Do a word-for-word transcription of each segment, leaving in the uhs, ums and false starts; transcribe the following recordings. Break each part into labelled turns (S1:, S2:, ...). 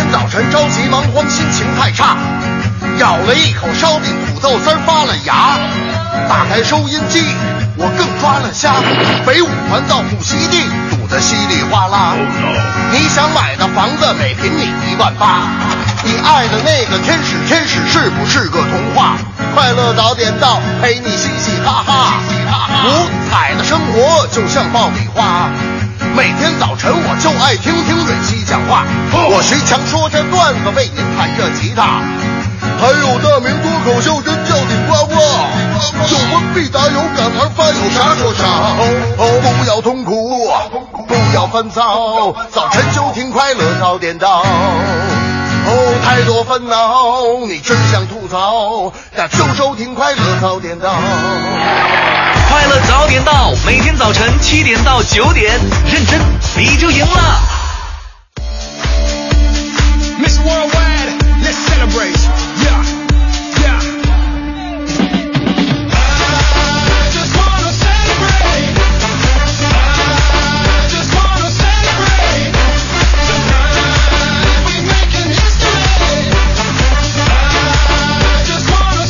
S1: 早晨着急忙慌，心情太差，咬了一口烧饼，土豆丝发了芽。打开收音机，我更抓了瞎。北五环到普西地堵得稀里哗啦。你想买的房子每平米一万八，你爱的那个天使天使是不是个童话？快乐早点到，陪你嘻嘻哈哈。五彩的生活就像爆米花，每天早晨我就爱听听蕊希讲话。我徐强说着段子，为您弹着吉他。还有大明脱口秀真叫顶呱呱，有问必答，有感而发，有啥说啥。哦，不要痛苦，不要烦躁，早晨就听快乐早点到。哦，太多烦恼，你只想吐槽，那就收听快乐早点到。
S2: 快乐早点到，每天早晨七点到九点，认真你就赢了。
S3: Miss Worldwide, let's celebrate. Yeah, yeah. I just wanna celebrate. I just wanna celebrate. Tonight we're making history. I just wanna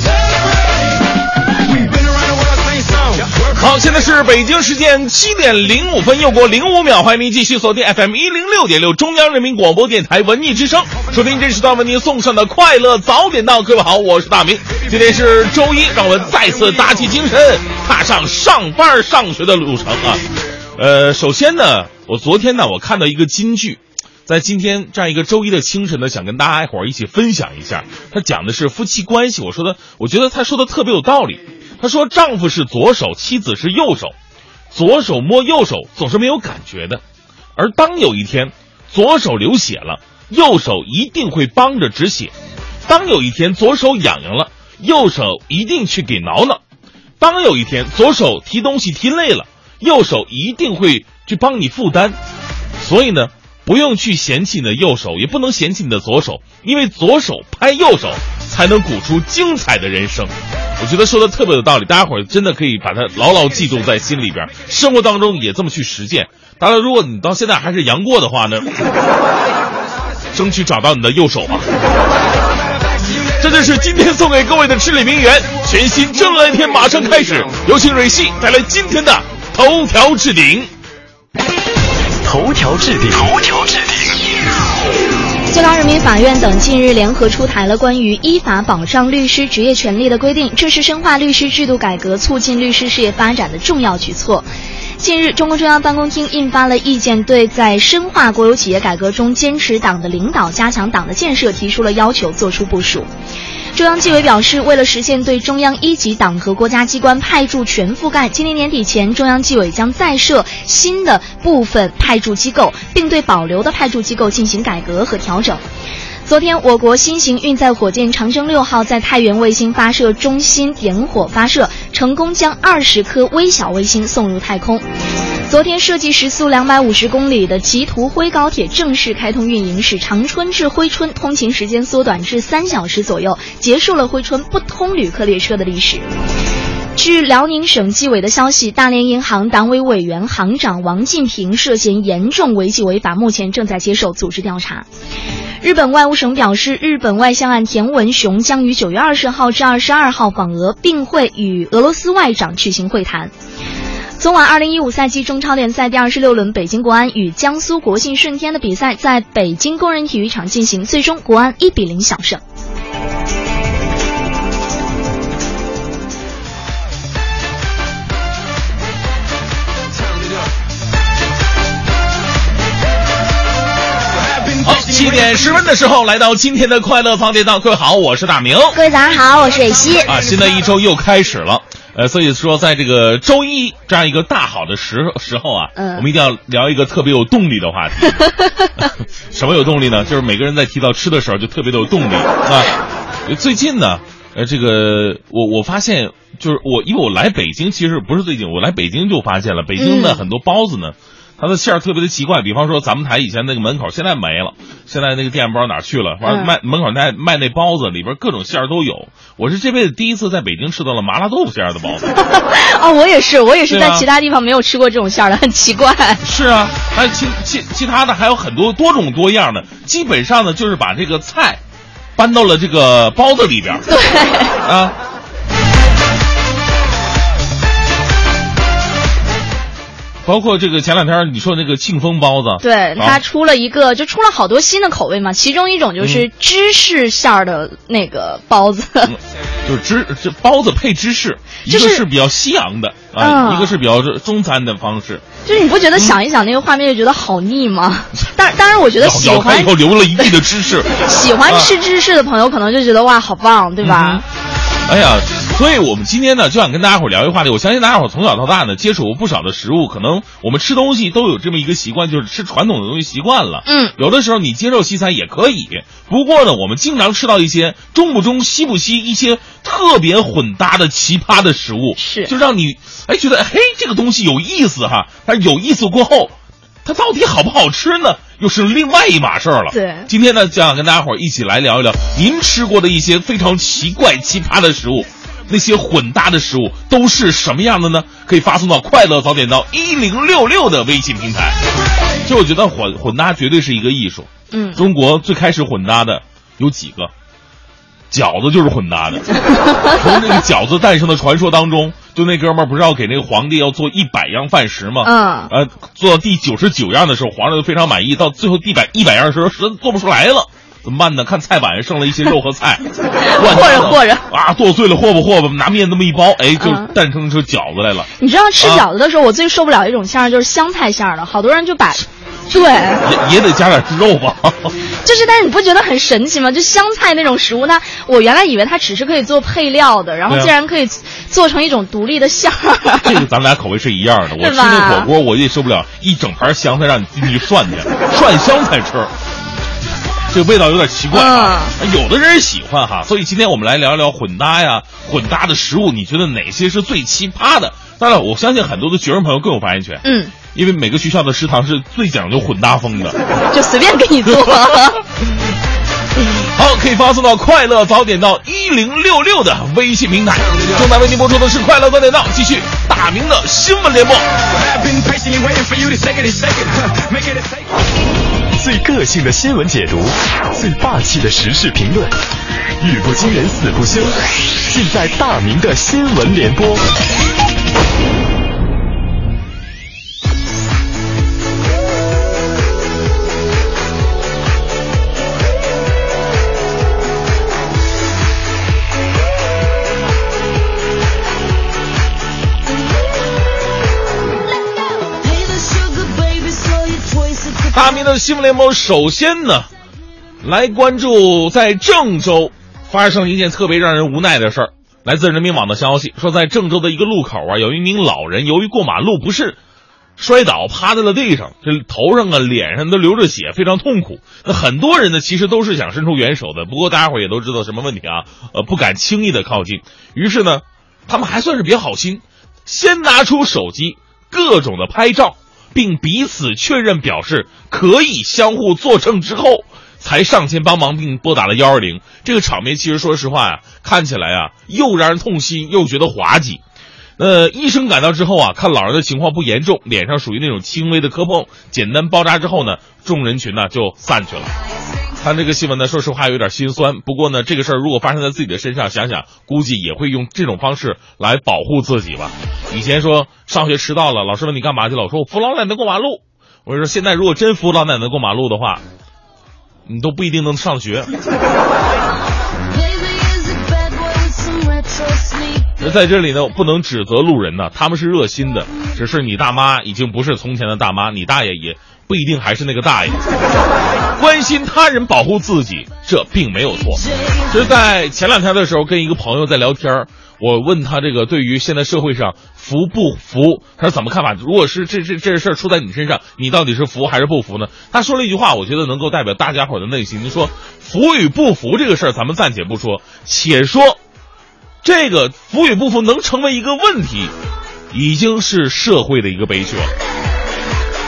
S3: celebrate. We've been around the world saying songs.
S4: 好，现在是北京时间七点零五分又过零五秒，欢迎您继续锁定 F M 一零六点六中央人民广播电台文艺之声，收听这时段为您送上的快乐早点到。各位好，我是大明，今天是周一，让我们再次打起精神，踏上上班上学的路程啊。呃，首先呢，我昨天呢，我看到一个金句，在今天这样一个周一的清晨呢，想跟大家一会儿一起分享一下。他讲的是夫妻关系，我说的，我觉得他说的特别有道理。他说，丈夫是左手，妻子是右手，左手摸右手总是没有感觉的，而当有一天左手流血了，右手一定会帮着止血；当有一天左手痒痒了，右手一定去给挠挠；当有一天左手提东西提累了，右手一定会去帮你负担。所以呢，不用去嫌弃你的右手，也不能嫌弃你的左手，因为左手拍右手才能鼓出精彩的人生。我觉得说的特别有道理，大家伙儿真的可以把它牢牢记住在心里边，生活当中也这么去实践。当然，如果你到现在还是杨过的话呢，争取找到你的右手啊！这就是今天送给各位的至理名言，全新正能量一天马上开始，有请蕊希带来今天的头条置顶。
S2: 头条置顶，头条置顶。
S5: 最高人民法院等近日联合出台了关于依法保障律师职业权利的规定，这是深化律师制度改革、促进律师事业发展的重要举措。近日，中共中央办公厅印发了意见，对在深化国有企业改革中坚持党的领导、加强党的建设提出了要求，作出部署。中央纪委表示，为了实现对中央一级党和国家机关派驻全覆盖，今年年底前，中央纪委将再设新的部分派驻机构，并对保留的派驻机构进行改革和调整。昨天，我国新型运载火箭长征六号在太原卫星发射中心点火发射，成功将二十颗微小卫星送入太空。昨天，设计时速两百五十公里的吉途徽高铁正式开通运营，使长春至珲春通勤时间缩短至三小时左右，结束了珲春不通旅客列车的历史。据辽宁省纪委的消息，大连银行党委委员、行长王进平涉嫌严重违纪违法，目前正在接受组织调查。日本外务省表示，日本外相岸田文雄将于九月二十号至二十二号访俄，并会与俄罗斯外长举行会谈。昨晚二零一五赛季中超联赛第二十六轮，北京国安与江苏国信顺天的比赛在北京工人体育场进行，最终国安一比零小胜。
S4: 好，七点十分的时候，来到今天的快乐早点到。各位好，我是大明。
S5: 各位早上好，我是蕊希。
S4: 啊，新的一周又开始了。呃，所以说，在这个周一这样一个大好的时时候啊，嗯，我们一定要聊一个特别有动力的话题。什么有动力呢？就是每个人在提到吃的时候，就特别的有动力啊。最近呢，呃，这个我我发现，就是我因为我来北京，其实不是最近，我来北京就发现了，北京的很多包子呢， 它的馅儿特别的奇怪。比方说咱们台以前那个门口现在没了，现在那个店不知道哪去了，完了卖门口卖卖那包子，里边各种馅儿都有。我是这辈子第一次在北京吃到了麻辣豆腐馅儿的包子。
S5: 哦，我也是，我也是在其他地方没有吃过这种馅儿的，很奇怪。
S4: 是啊，还有其其其他的还有很多多种多样的，基本上呢就是把这个菜搬到了这个包子里边。
S5: 对
S4: 啊。包括这个前两天你说那个庆丰包子，
S5: 对，它出了一个，就出了好多新的口味嘛，其中一种就是芝士馅儿的那个包子，
S4: 嗯、就是芝这包子配芝士，一个是比较西洋的啊、嗯，一个是比较中餐的方式。
S5: 就是你不觉得想一想那个画面就觉得好腻吗？当当然，我觉得喜欢
S4: 以后流了一地的芝士，
S5: 喜欢吃芝士的朋友可能就觉得哇好棒，对吧？
S4: 嗯哎呀，所以我们今天呢就想跟大家伙聊一个话题。我相信大家伙从小到大呢接触过不少的食物，可能我们吃东西都有这么一个习惯，就是吃传统的东西习惯了。
S5: 嗯，
S4: 有的时候你接受西餐也可以，不过呢，我们经常吃到一些中不中西不西，一些特别混搭的奇葩的食物，
S5: 是
S4: 就让你哎觉得嘿这个东西有意思哈，但是有意思过后，它到底好不好吃呢？又是另外一码事儿了。
S5: 对，
S4: 今天呢，就想跟大家伙儿一起来聊一聊您吃过的一些非常奇怪、奇葩的食物，那些混搭的食物都是什么样的呢？可以发送到快乐早点到一零六六的微信平台。就我觉得混混搭绝对是一个艺术。
S5: 嗯，
S4: 中国最开始混搭的有几个？饺子就是混搭的。从这个饺子诞生的传说当中，就那哥们儿不是要给那个皇帝要做一百样饭食吗？
S5: 嗯，
S4: 呃，做到第九十九样的时候，皇上就非常满意。到最后第百一百样的时候，实在做不出来了，怎么办呢？看菜板剩了一些肉和菜，
S5: 和着和着
S4: 啊，剁碎了和吧和吧，拿面那么一包，哎，就诞生出饺子来了。
S5: 你知道吃饺子的时候，啊、我最受不了一种馅儿，就是香菜馅儿的，好多人就把。对，
S4: 也也得加点肉吧。
S5: 就是，但是你不觉得很神奇吗？就香菜那种食物，它我原来以为它只是可以做配料的，然后竟然可以做成一种独立的馅儿。
S4: 这个咱们俩口味是一样的。我吃那火锅，我也受不了一整盘香菜让你进去涮去，涮香菜吃。这个味道有点奇怪啊，嗯、有的人喜欢哈，所以今天我们来聊一聊混搭呀，混搭的食物，你觉得哪些是最奇葩的？当然，我相信很多的学生朋友更有发言权。
S5: 嗯，
S4: 因为每个学校的食堂是最讲究混搭风的，
S5: 就随便给你做。
S4: 好，可以发送到快乐早点到一零六六的微信平台。正在为您播出的是快乐早点到，继续大明的新闻联播。
S6: 最个性的新闻解读，最霸气的时事评论，语不惊人死不休，尽在大明的新闻联播。
S4: 大明的新闻联播，首先呢，来关注在郑州发生了一件特别让人无奈的事儿。来自人民网的消息说，在郑州的一个路口啊，有一名老人由于过马路不慎摔倒，趴在了地上，这头上啊、脸上都流着血，非常痛苦。那很多人呢，其实都是想伸出援手的，不过大家伙也都知道什么问题啊，呃，不敢轻易的靠近。于是呢，他们还算是比较好心，先拿出手机各种的拍照，并彼此确认表示可以相互作证之后，才上前帮忙并拨打了一二零。这个场面其实说实话呀、啊，看起来啊又让人痛心又觉得滑稽。呃，医生赶到之后啊，看老人的情况不严重，脸上属于那种轻微的磕碰，简单包扎之后呢，众人群呢就散去了。看这个新闻呢，说实话有点心酸。不过呢，这个事儿如果发生在自己的身上，想想估计也会用这种方式来保护自己吧。以前说上学迟到了，老师问你干嘛去了，我说我扶老奶奶过马路。我说现在如果真扶老奶奶过马路的话，你都不一定能上学。在这里呢，不能指责路人呢，他们是热心的，只是你大妈已经不是从前的大妈，你大爷也不一定还是那个大爷。关心他人保护自己，这并没有错。就是在前两天的时候跟一个朋友在聊天，我问他这个对于现在社会上服不服，他说怎么看法，如果是这这这事儿出在你身上，你到底是服还是不服呢？他说了一句话，我觉得能够代表大家伙的内心。你说服与不服这个事儿咱们暂且不说，且说这个服与不服能成为一个问题，已经是社会的一个悲剧了。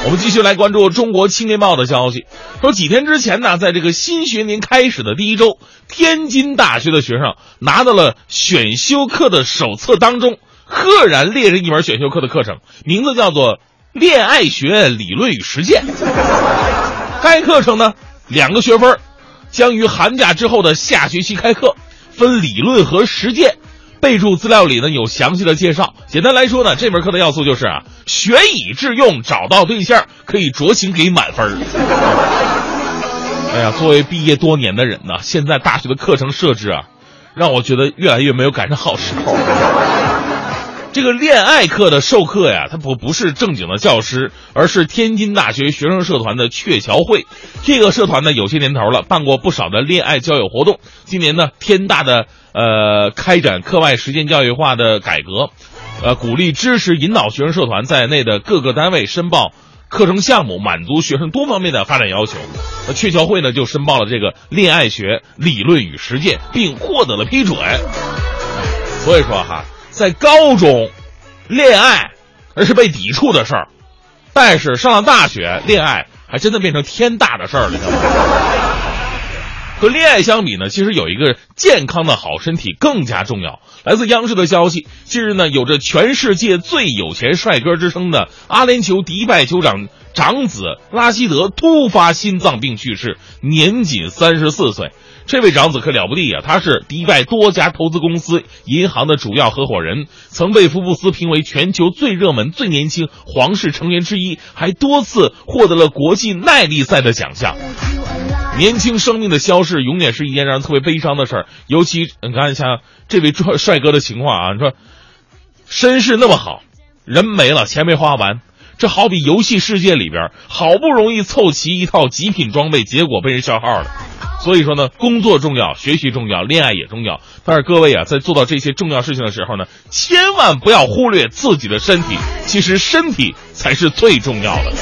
S4: 我们继续来关注中国青年报的消息，说几天之前呢，在这个新学年开始的第一周，天津大学的学生拿到了选修课的手册，当中赫然列着一门选修课的课程，名字叫做恋爱学理论与实践。该课程呢，两个学分，将于寒假之后的下学期开课，分理论和实践。备注资料里呢有详细的介绍。简单来说呢，这门课的要素就是啊，学以致用，找到对象可以酌情给满分。哎呀，作为毕业多年的人呢，现在大学的课程设置啊，让我觉得越来越没有赶上好时候。这个恋爱课的授课呀，它不不是正经的教师，而是天津大学学生社团的鹊桥会。这个社团呢有些年头了，办过不少的恋爱交友活动。今年呢，天大的呃开展课外实践教育化的改革，呃鼓励支持引导学生社团在内的各个单位申报课程项目，满足学生多方面的发展要求。那鹊桥会呢就申报了这个恋爱学理论与实践，并获得了批准。所以说哈，在高中恋爱而是被抵触的事儿，但是上了大学恋爱还真的变成天大的事儿了。和恋爱相比呢，其实有一个健康的好身体更加重要。来自央视的消息，近日呢，有着全世界最有钱帅哥之称的阿联酋迪拜酋长长子拉希德突发心脏病去世，年仅三十四岁。这位长子可了不地啊，他是迪拜多家投资公司、银行的主要合伙人，曾被福布斯评为全球最热门、最年轻皇室成员之一，还多次获得了国际耐力赛的奖项。年轻生命的消逝永远是一件让人特别悲伤的事儿，尤其你看像这位帅哥的情况啊，你说身世那么好，人没了，钱没花完，这好比游戏世界里边好不容易凑齐一套极品装备，结果被人消耗了。所以说呢，工作重要，学习重要，恋爱也重要。但是各位啊，在做到这些重要事情的时候呢，千万不要忽略自己的身体，其实身体才是最重要的。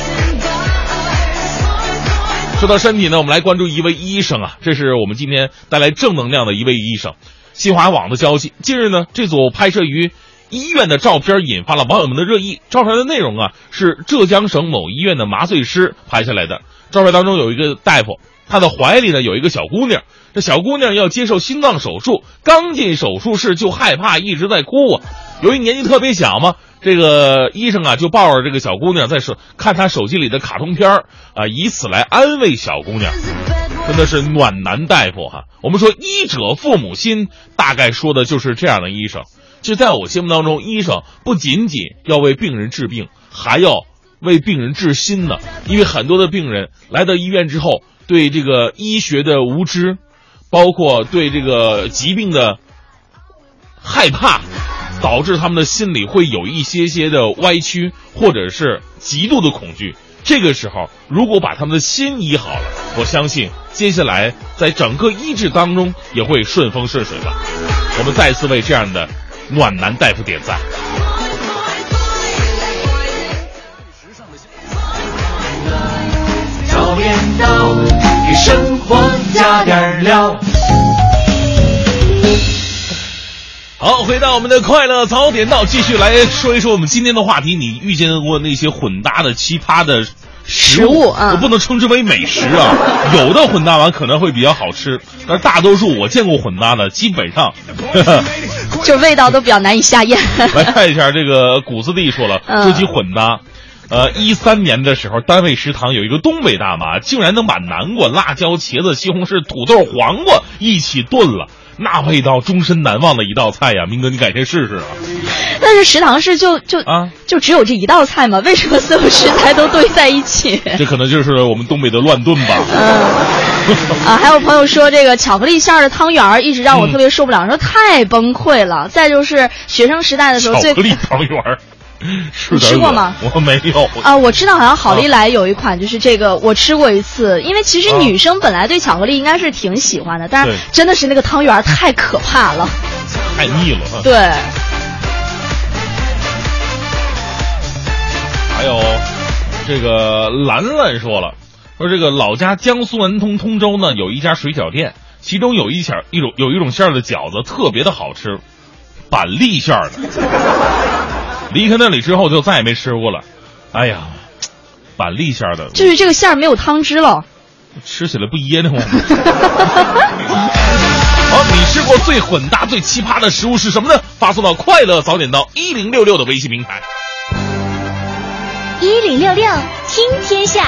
S4: 说到身体呢，我们来关注一位医生啊，这是我们今天带来正能量的一位医生。新华网的消息，近日呢，这组拍摄于医院的照片引发了网友们的热议。照片的内容啊，是浙江省某医院的麻醉师拍下来的。照片当中有一个大夫，他的怀里呢有一个小姑娘，这小姑娘要接受心脏手术，刚进手术室就害怕，一直在哭啊。由于年纪特别小嘛，这个医生啊就抱着这个小姑娘在手看她手机里的卡通片啊，以此来安慰小姑娘。真的是暖男大夫哈！我们说医者父母心，大概说的就是这样的医生。其实在我心目当中，医生不仅仅要为病人治病，还要为病人治心呢。因为很多的病人来到医院之后，对这个医学的无知，包括对这个疾病的害怕，导致他们的心里会有一些些的歪曲，或者是极度的恐惧。这个时候如果把他们的心医好了，我相信接下来在整个医治当中也会顺风顺水吧。我们再次为这样的暖男大夫点赞。
S2: 早点到，给生活加点料。
S4: 好，回到我们的快乐早点到，继续来说一说我们今天的话题。你遇见过那些混搭的奇葩的食物？
S5: 食物啊，
S4: 我不能称之为美食啊。有的混搭完可能会比较好吃，但是大多数我见过混搭的，基本上呵呵
S5: 就味道都比较难以下咽。
S4: 来看一下这个谷子弟说了，说起混搭。呃，一三年的时候，单位食堂有一个东北大妈，竟然能把南瓜、辣椒、茄子、西红柿、土豆、黄瓜一起炖了，那味道终身难忘的一道菜呀！明哥，你改天试试啊。
S5: 但是食堂是就就
S4: 啊，
S5: 就只有这一道菜吗？为什么所有食材都堆在一起？
S4: 这可能就是我们东北的乱炖吧。
S5: 嗯，啊，还有朋友说这个巧克力馅儿的汤圆儿一直让我特别受不了，嗯、说太崩溃了。再就是学生时代的时候，
S4: 巧克力汤圆儿。是
S5: 你吃过吗？
S4: 我没有
S5: 啊，我知道好像好利来有一款就是这个，我吃过一次。因为其实女生本来对巧克力应该是挺喜欢的，但是真的是那个汤圆太可怕了，
S4: 太腻了。
S5: 对。
S4: 还有这个兰兰说了，说这个老家江苏文通通州呢有一家水饺店，其中有一馅一种有一种馅的饺子特别的好吃，板栗馅的。离开那里之后就再也没吃过了。哎呀， 板栗馅的，
S5: 就是这个馅儿没有汤汁了，
S4: 吃起来不噎得慌。好，你吃过最混搭、最奇葩的食物是什么呢？发送到快乐早点到一零六六的微信平台。
S7: 一零六六听天下。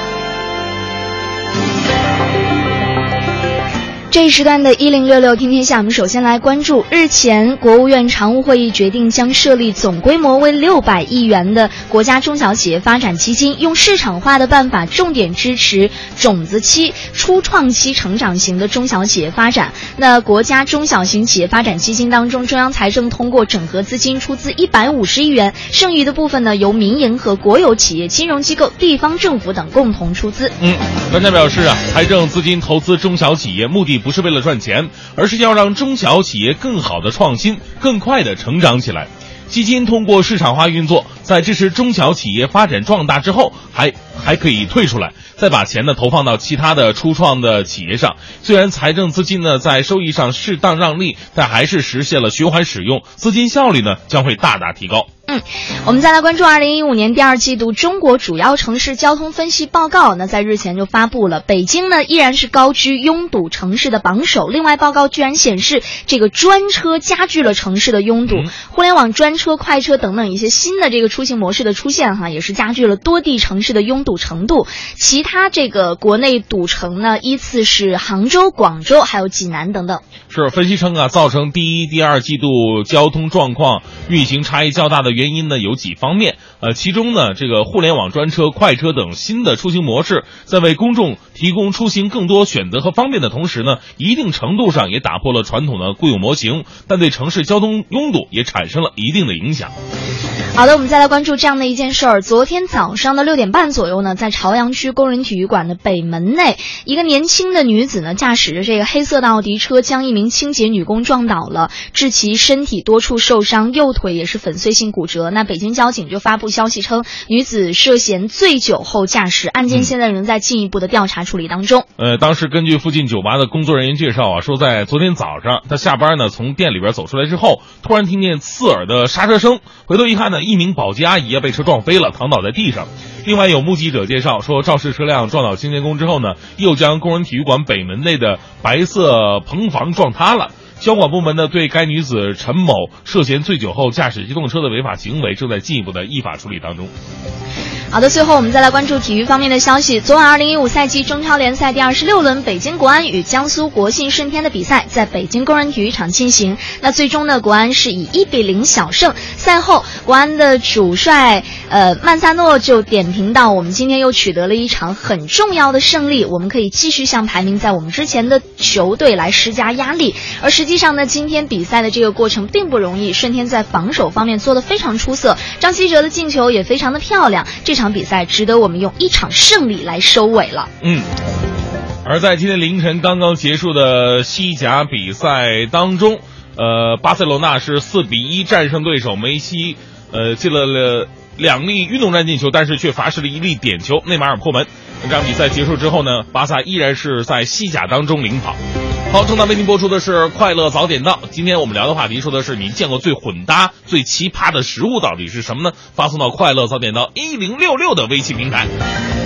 S5: 这一时段的一零六六听天下，我们首先来关注，日前国务院常务会议决定将设立总规模为六百亿元的国家中小企业发展基金，用市场化的办法重点支持种子期、初创期成长型的中小企业发展。那国家中小型企业发展基金当中，中央财政通过整合资金出资一百五十亿元，剩余的部分呢由民营和国有企业、金融机构、地方政府等共同出资。
S4: 嗯，专家表示啊，财政资金投资中小企业目的不是为了赚钱，而是要让中小企业更好的创新，更快的成长起来。基金通过市场化运作，在支持中小企业发展壮大之后，还还可以退出来，再把钱呢投放到其他的初创的企业上。虽然财政资金呢在收益上适当让利，但还是实现了循环使用，资金效率呢将会大大提高。
S5: 嗯，我们再来关注二零一五年第二季度中国主要城市交通分析报告，那在日前就发布了。北京呢依然是高居拥堵城市的榜首。另外，报告居然显示，这个专车加剧了城市的拥堵。嗯、互联网专车、快车等等一些新的这个出行模式的出现，哈，也是加剧了多地城市的拥堵程度。其他这个国内堵城呢，依次是杭州、广州还有济南等等。
S4: 是分析称啊，造成第一、第二季度交通状况运行差异较大的原因呢有几方面，呃，其中呢，这个互联网专车、快车等新的出行模式，在为公众提供出行更多选择和方便的同时呢，一定程度上也打破了传统的固有模型，但对城市交通拥堵也产生了一定的影响。
S5: 好的，我们再来关注这样的一件事儿。昨天早上的六点半左右呢，在朝阳区工人体育馆的北门内，一个年轻的女子呢，驾驶着这个黑色的奥迪车，将一名清洁女工撞倒了，致其身体多处受伤，右腿也是粉碎性骨折。那北京交警就发布消息称，女子涉嫌醉酒后驾驶，案件现在仍在进一步的调查处理当中。
S4: 呃，当时根据附近酒吧的工作人员介绍啊，说在昨天早上，他下班呢从店里边走出来之后，突然听见刺耳的刹车声，回头一看呢，一名保洁阿姨被车撞飞了，躺倒在地上。另外有目击者介绍说，肇事车辆撞倒清洁工之后呢，又将工人体育馆北门内的白色棚房撞塌了。交管部门呢对该女子陈某涉嫌醉酒后驾驶机动车的违法行为正在进一步的依法处理当中。
S5: 好的，最后我们再来关注体育方面的消息。昨晚二零一五赛季中超联赛第二十六轮，北京国安与江苏国信顺天的比赛在北京工人体育场进行。那最终呢，国安是以一比零小胜。赛后，国安的主帅呃曼萨诺就点评到，我们今天又取得了一场很重要的胜利，我们可以继续向排名在我们之前的球队来施加压力。而实际上呢，今天比赛的这个过程并不容易，顺天在防守方面做得非常出色，张稀哲的进球也非常的漂亮。这场比赛值得我们用一场胜利来收尾了。
S4: 嗯，而在今天凌晨刚刚结束的西甲比赛当中，呃，巴塞罗那是四比一战胜对手，梅西呃进了了两粒运动战进球，但是却罚失了一粒点球，内马尔破门。这场比赛结束之后呢，巴萨依然是在西甲当中领跑。好，正在为您播出的是快乐早点到。今天我们聊的话题说的是你见过最混搭、最奇葩的食物到底是什么呢？发送到快乐早点到一零六六的微信平台。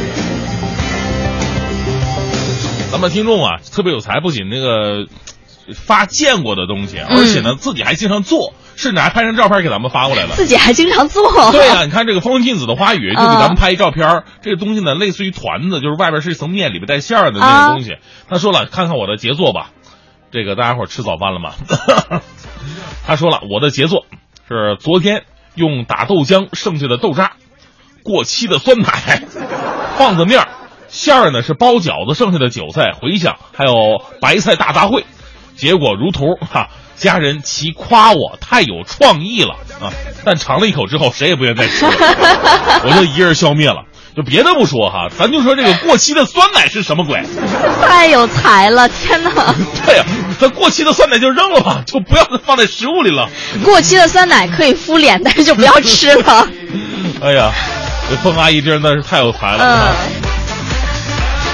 S4: 咱们听众啊，特别有才，不仅那个发见过的东西，而且呢，自己还经常做。甚至还拍张照片给咱们发过来了，
S5: 自己还经常做。
S4: 对啊，你看这个风信子的花语就给咱们拍一照片、嗯、这个东西呢类似于团子，就是外边是一层面，里边带馅儿的那个东西、啊、他说了，看看我的杰作吧。这个大家伙吃早饭了吗？他说了，我的杰作是昨天用打豆浆剩下的豆渣，过期的酸奶，棒子面，馅儿呢是包饺子剩下的韭菜、茴香，还有白菜大杂烩，结果如图哈。家人齐夸我太有创意了啊！但尝了一口之后，谁也不愿意再吃了，我就一人消灭了。就别的不说哈，咱就说这个过期的酸奶是什么鬼？
S5: 太有才了，天哪！
S4: 对呀、啊，那过期的酸奶就扔了吧，就不要放在食物里了。
S5: 过期的酸奶可以敷脸，但是就不要吃了。
S4: 哎呀，这凤阿姨真的是太有才了。嗯，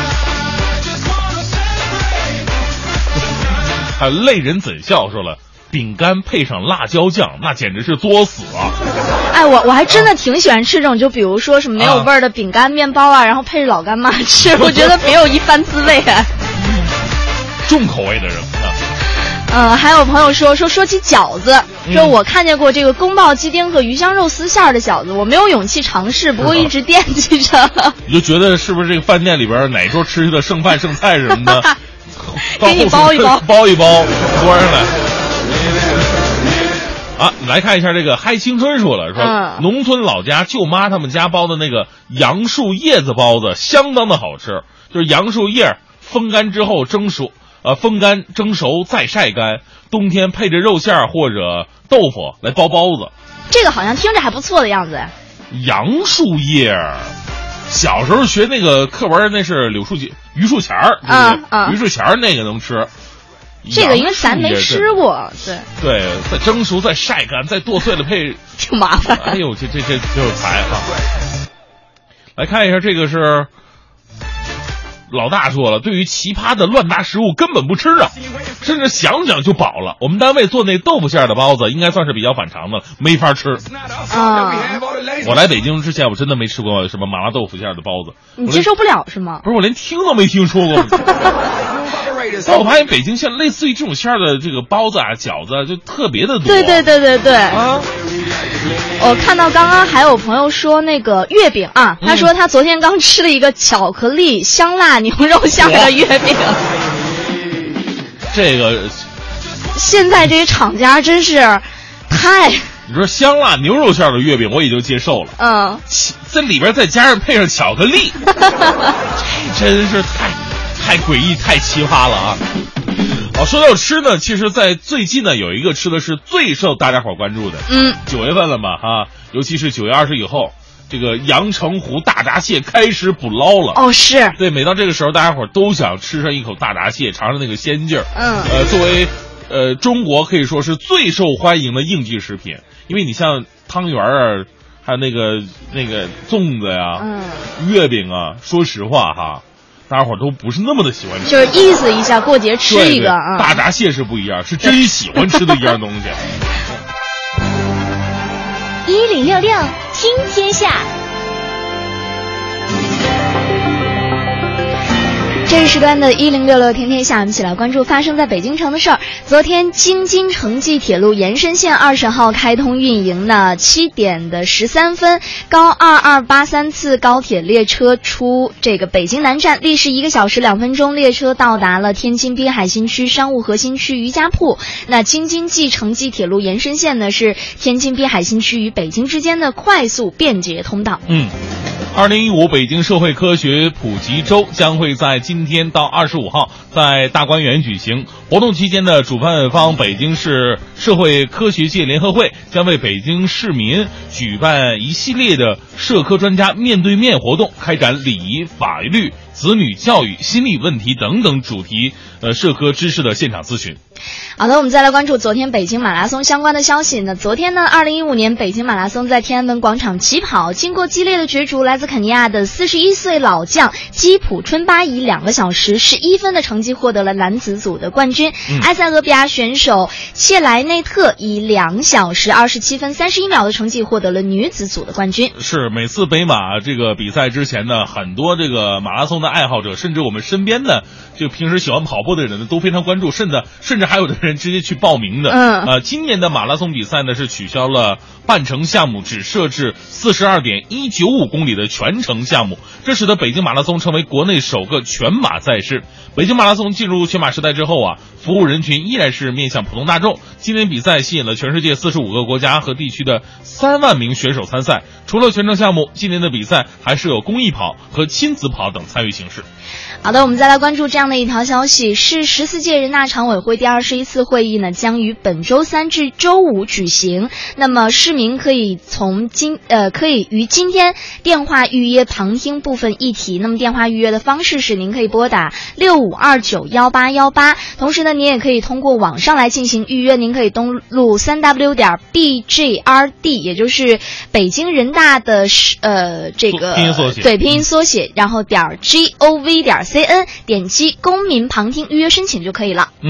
S4: 还有泪人怎笑说了， 饼干配上辣椒酱，那简直是作死啊！
S5: 哎，我我还真的挺喜欢吃这种，就比如说什么没有味儿的饼干、面包啊，然后配着老干妈吃，我觉得别有一番滋味啊。
S4: 重口味的人啊。
S5: 呃，还有朋友说说说起饺子，说我看见过这个宫爆鸡丁和鱼香肉丝馅的饺子，我没有勇气尝试，不过一直惦记着。
S4: 你就觉得是不是这个饭店里边哪桌吃的剩饭剩菜什么的，
S5: 给你包一包，
S4: 包一包，端上来。啊，来看一下这个嗨青春说了，说、嗯、农村老家舅妈他们家包的那个杨树叶子包子相当的好吃，就是杨树叶风干之后蒸熟。呃，风干蒸熟再晒干，冬天配着肉馅或者豆腐来包包子。
S5: 这个好像听着还不错的样子。
S4: 杨树叶，小时候学那个课文，那是柳树榆树钱儿，
S5: 啊啊，
S4: 榆树钱儿那个能吃。
S5: 这个因为咱没吃过，对
S4: 对，再蒸熟再晒干再剁碎了配，
S5: 挺麻烦。
S4: 哎呦，这这这挺有才啊！来看一下，这个是。老大说了，对于奇葩的乱搭食物根本不吃啊，甚至想想就饱了。我们单位做那豆腐馅的包子应该算是比较反常的，没法吃
S5: 啊。
S4: 我来北京之前我真的没吃过什么麻辣豆腐馅的包子，
S5: 你接受不了是吗？
S4: 不是，我连听都没听说过。但我发现北京现在类似于这种馅的这个包子啊饺子啊就特别的多。
S5: 对对对对对
S4: 啊。
S5: 我看到刚刚还有朋友说那个月饼啊，他说他昨天刚吃了一个巧克力香辣牛肉馅的月饼。
S4: 这个
S5: 现在这些厂家真是太……
S4: 你说香辣牛肉馅的月饼我已经接受了，
S5: 嗯，
S4: 在里边再加上配上巧克力，这真是太太诡异太奇葩了啊！哦，说到吃呢，其实在最近呢有一个吃的是最受大家伙关注的，
S5: 嗯，
S4: 九月份了嘛哈，尤其是九月二十以后，这个阳澄湖大闸蟹开始捕捞了。
S5: 哦，是
S4: 对，每到这个时候，大家伙都想吃上一口大闸蟹，尝尝那个鲜劲儿。
S5: 嗯，
S4: 呃，作为呃中国可以说是最受欢迎的应季食品，因为你像汤圆啊，还有那个那个粽子呀、
S5: 嗯，
S4: 月饼啊，说实话哈。大家伙都不是那么的喜欢吃，
S5: 就是意思一下过节吃一个啊。
S4: 大闸蟹是不一样，是真喜欢吃的一样东西。
S7: 一零六六听天下。
S5: 这一时段的一零六六听天下，我们一起来关注发生在北京城的事儿。昨天，京津城际铁路延伸线二十号开通运营呢，七点的十三分，高二二八三次高铁列车出这个北京南站，历时一个小时两分钟，列车到达了天津滨海新区商务核心区余家铺。那京津冀城际铁路延伸线呢，是天津滨海新区与北京之间的快速便捷通道。
S4: 嗯。二零一五北京社会科学普及周将会在今天到二十五号在大观园举行。活动期间的主办方北京市社会科学界联合会将为北京市民举办一系列的社科专家面对面活动，开展礼仪、法律、子女教育、心理问题等等主题呃社科知识的现场咨询。
S5: 好的，我们再来关注昨天北京马拉松相关的消息呢。昨天呢，二零一五年北京马拉松在天安门广场起跑，经过激烈的角逐，来自肯尼亚的四十一岁老将基普春巴以两个小时十一分的成绩获得了男子组的冠军。嗯、埃塞俄比亚选手切莱内特以两小时二十七分三十一秒的成绩获得了女子组的冠军。
S4: 是每次北马这个比赛之前呢，很多这个马拉松的爱好者，甚至我们身边的就平时喜欢跑步的人呢，都非常关注，甚至甚至还有的人直接去报名的。
S5: 嗯，
S4: 呃，今年的马拉松比赛呢是取消了半程项目，只设置四十二点一九五公里的全程项目，这使得北京马拉松成为国内首个全马赛事。北京马拉松进入全马时代之后啊，服务人群依然是面向普通大众。今年比赛吸引了全世界四十五个国家和地区的三万名选手参赛。除了全程项目，今年的比赛还是有公益跑和亲子跑等参与形式。
S5: 好的，我们再来关注这样的一条消息，是十四届人大常委会第二十一次会议呢，将于本周三至周五举行。那么市民可以从今呃可以于今天电话预约旁听部分议题。那么电话预约的方式是，您可以拨打六五二九幺八幺八，同时呢，您也可以通过网上来进行预约。您可以登录三 w 点 b j r d， 也就是北京人大的呃这个
S4: 拼音缩写，
S5: 对拼音缩写，然后点 g o v 点 c n， 点击公民旁听预约申请就可以了。
S4: 嗯，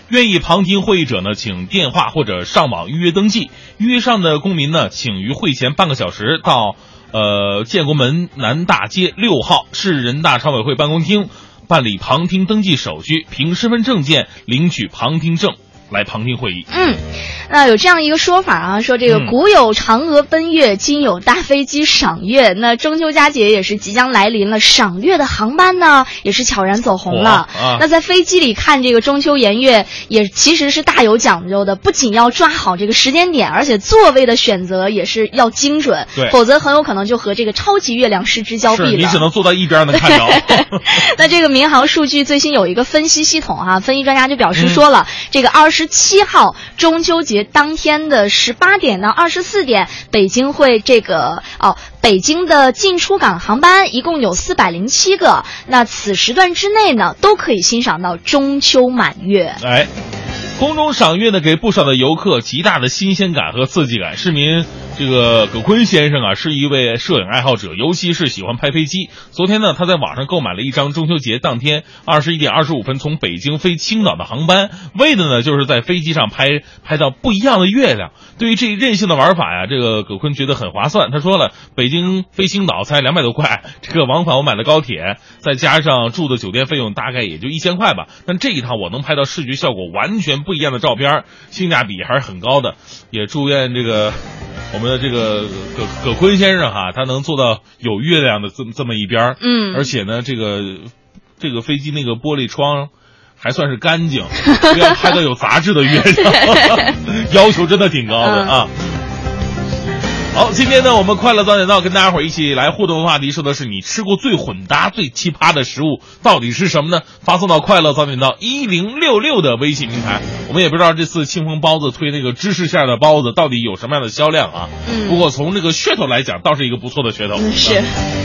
S4: 愿意旁听会议者呢，请电话或者上网预约登记。预约上的公民呢，请于会前半个小时到呃建国门南大街六号市人大常委会办公厅办理旁听登记手续，凭身份证件领取旁听证来旁听会议。
S5: 嗯，那有这样一个说法啊，说这个古有嫦娥奔月，今有大飞机赏月。那中秋佳节也是即将来临了，赏月的航班呢也是悄然走红了。
S4: 啊、
S5: 那在飞机里看这个中秋圆月，也其实是大有讲究的，不仅要抓好这个时间点，而且座位的选择也是要精准，
S4: 对，
S5: 否则很有可能就和这个超级月亮失之交臂了。
S4: 是你只能坐到一边能看着。
S5: 那这个民航数据最新有一个分析系统啊，分析专家就表示说了，嗯、这个二十七号中秋节当天的十八点到二十四点，北京会这个哦，北京的进出港航班一共有四百零七个，那此时段之内呢，都可以欣赏到中秋满月。
S4: 哎，空中赏月呢，给不少的游客极大的新鲜感和刺激感。市民这个葛坤先生啊，是一位摄影爱好者，尤其是喜欢拍飞机。昨天呢，他在网上购买了一张中秋节当天二十一点二十五分从北京飞青岛的航班，为的呢就是在飞机上拍拍到不一样的月亮。对于这任性的玩法呀，这个葛坤觉得很划算。他说了，北京飞青岛才两百多块，这个往返我买了高铁，再加上住的酒店费用大概也就一千块吧。但这一趟我能拍到视觉效果完全不一样的照片，性价比还是很高的。也祝愿这个我们的这个葛葛坤先生哈，他能做到有月亮的这么这么一边。
S5: 嗯，
S4: 而且呢，这个这个飞机那个玻璃窗还算是干净，不要拍到有杂质的月亮，要求真的挺高的啊。好，今天呢，我们快乐早点到跟大家伙一起来互动的话题，说的是你吃过最混搭、最奇葩的食物到底是什么呢？发送到快乐早点到一零六六的微信平台。我们也不知道这次庆丰包子推那个芝士馅的包子到底有什么样的销量啊？嗯，不过从这个噱头来讲，倒是一个不错的噱头。
S5: 嗯、是。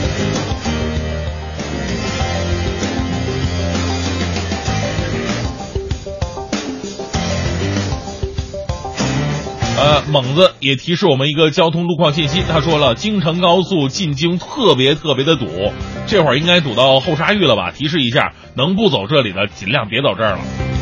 S4: 呃，猛子也提示我们一个交通路况信息，他说了，京承高速进京特别特别的堵，这会儿应该堵到后沙峪了吧？提示一下，能不走这里的尽量别走这儿了。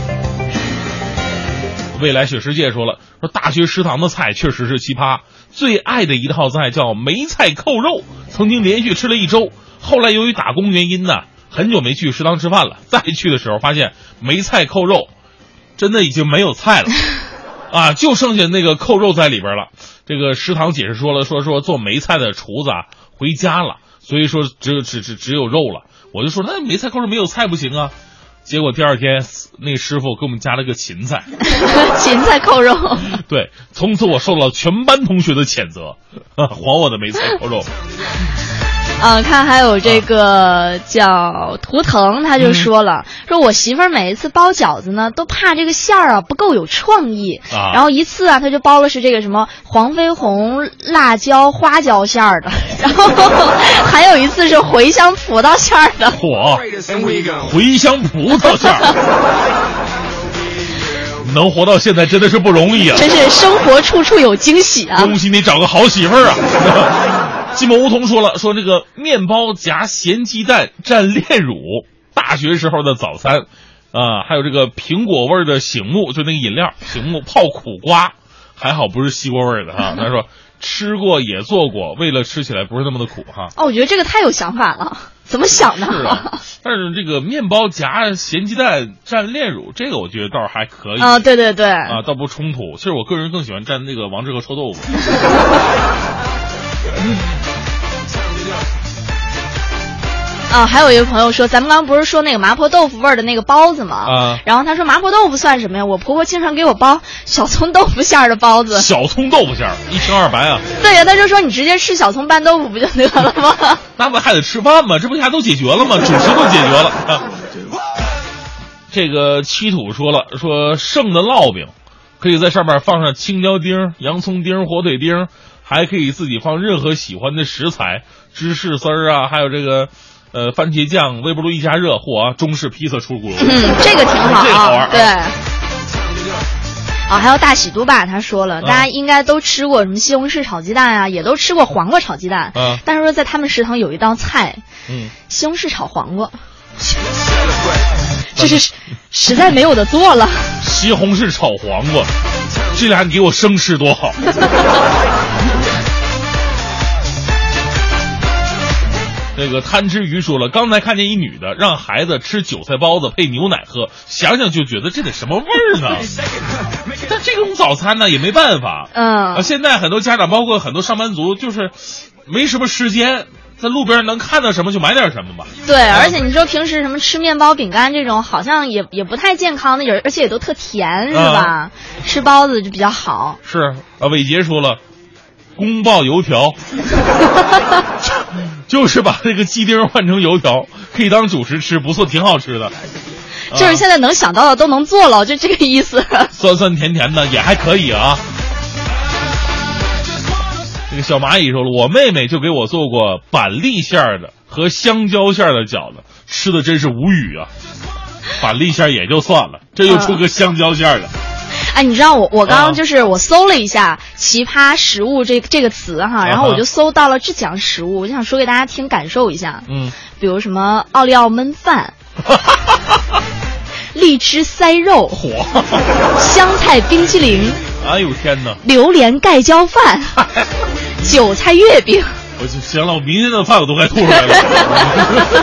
S4: 未来雪世界说了，说大学食堂的菜确实是奇葩，最爱的一道菜叫梅菜扣肉，曾经连续吃了一周，后来由于打工原因呢，很久没去食堂吃饭了，再去的时候发现梅菜扣肉真的已经没有菜了。啊，就剩下那个扣肉在里边了。这个食堂解释说了，说说做梅菜的厨子啊回家了，所以说只有只只只有肉了。我就说那梅菜扣肉没有菜不行啊。结果第二天那个师傅给我们加了个芹菜，
S5: 芹菜扣肉。
S4: 对，从此我受到全班同学的谴责，啊、还我的梅菜扣肉。
S5: 嗯，看还有这个叫图腾，他就说了，嗯、说我媳妇儿每一次包饺子呢，都怕这个馅儿啊不够有创意，啊、然后一次啊，他就包了是这个什么黄飞鸿辣椒花椒馅儿的，然后还有一次是茴香葡萄馅儿的。
S4: 嚯，茴香葡萄馅儿。能活到现在真的是不容易啊！
S5: 真是生活处处有惊喜啊！
S4: 恭喜你找个好媳妇儿啊！金毛梧桐说了，说这个面包夹咸鸡蛋蘸炼乳，大学时候的早餐啊，还有这个苹果味的醒目，就那个饮料醒目泡苦瓜，还好不是西瓜味的哈。他说吃过也做过，为了吃起来不是那么的苦哈。
S5: 哦，我觉得这个太有想法了，怎么想的？
S4: 是啊，但是这个面包夹咸鸡蛋蘸炼乳，这个我觉得倒是还可以
S5: 啊、哦，对对对，
S4: 啊，倒不冲突。其实我个人更喜欢蘸那个王致和臭豆腐。
S5: 啊，还有一个朋友说，咱们刚刚不是说那个麻婆豆腐味儿的那个包子吗？
S4: 啊，
S5: 然后他说麻婆豆腐算什么呀？我婆婆经常给我包小葱豆腐馅儿的包子。
S4: 小葱豆腐馅儿，一清二白啊。
S5: 对呀，他就说你直接吃小葱拌豆腐不就得了吗？
S4: 那不还得吃饭吗？这不一下都解决了吗？主食都解决了。啊、这个七土说了，说剩的烙饼，可以在上面放上青椒丁、洋葱丁、火腿丁，还可以自己放任何喜欢的食材，芝士丝儿啊，还有这个。呃，番茄酱、微波炉一加热，嚯，中式披萨出炉。
S5: 嗯，这个挺好，
S4: 这个好玩。
S5: 对。啊、哦，还有大喜都爸他说了，大家应该都吃过什么西红柿炒鸡蛋啊，也都吃过黄瓜炒鸡蛋。
S4: 嗯。
S5: 但是说在他们食堂有一道菜，
S4: 嗯，
S5: 西红柿炒黄瓜，这是实在没有的做了。
S4: 西红柿炒黄瓜，这俩你给我生吃多好。这个贪吃鱼说了，刚才看见一女的让孩子吃韭菜包子配牛奶喝，想想就觉得这得什么味儿呢？但这种早餐呢也没办法，
S5: 嗯，
S4: 啊，现在很多家长，包括很多上班族，就是没什么时间，在路边能看到什么就买点什么吧。
S5: 对，而且你说平时什么吃面包、饼干这种，好像也也不太健康的，有而且也都特甜，是吧？嗯、吃包子就比较好。
S4: 是啊，伟杰说了，宫爆油条。就是把这个鸡丁换成油条，可以当主食吃，不错，挺好吃的。
S5: 就是现在能想到的都能做了，就这个意思。
S4: 酸酸甜甜的也还可以啊。这个小蚂蚁说了，我妹妹就给我做过板栗馅儿的和香蕉馅儿的饺子，吃的真是无语啊。板栗馅儿也就算了，这又出个香蕉馅儿的。嗯
S5: 哎，你知道我我刚刚就是我搜了一下奇葩食物这这个词哈，然后我就搜到了这几样食物，我就想说给大家听感受一下。嗯，比如什么奥利奥焖饭，荔枝塞肉，
S4: 火，
S5: 香菜冰淇淋，
S4: 哎呦天哪，
S5: 榴莲盖浇饭，韭菜月饼。
S4: 我就行了，我明天的饭我都快吐出来了。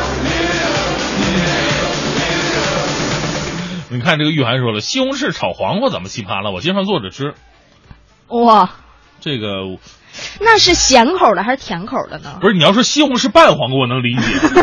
S4: 你看这个玉涵说了，西红柿炒黄瓜怎么奇葩了？我经常做着吃。
S5: 哇，
S4: 这个
S5: 那是咸口的还是甜口的呢？
S4: 不是，你要说西红柿拌黄瓜我能理解，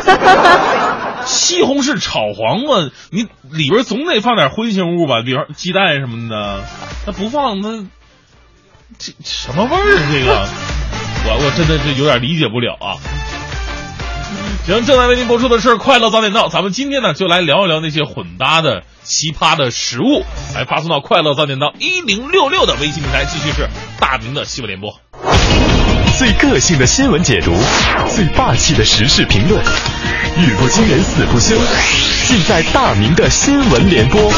S4: 西红柿炒黄瓜你里边总得放点荤腥物吧，比如鸡蛋什么的，那不放那这什么味儿？这个我我真的是有点理解不了啊。行，正在为您播出的是快乐早点到，咱们今天呢就来聊一聊那些混搭的奇葩的食物，来发送到快乐早点到一零六六的微信平台，继续是大明的新闻联播。
S6: 最个性的新闻解读，最霸气的时事评论，语不惊人死不休，尽在大明的新闻联播。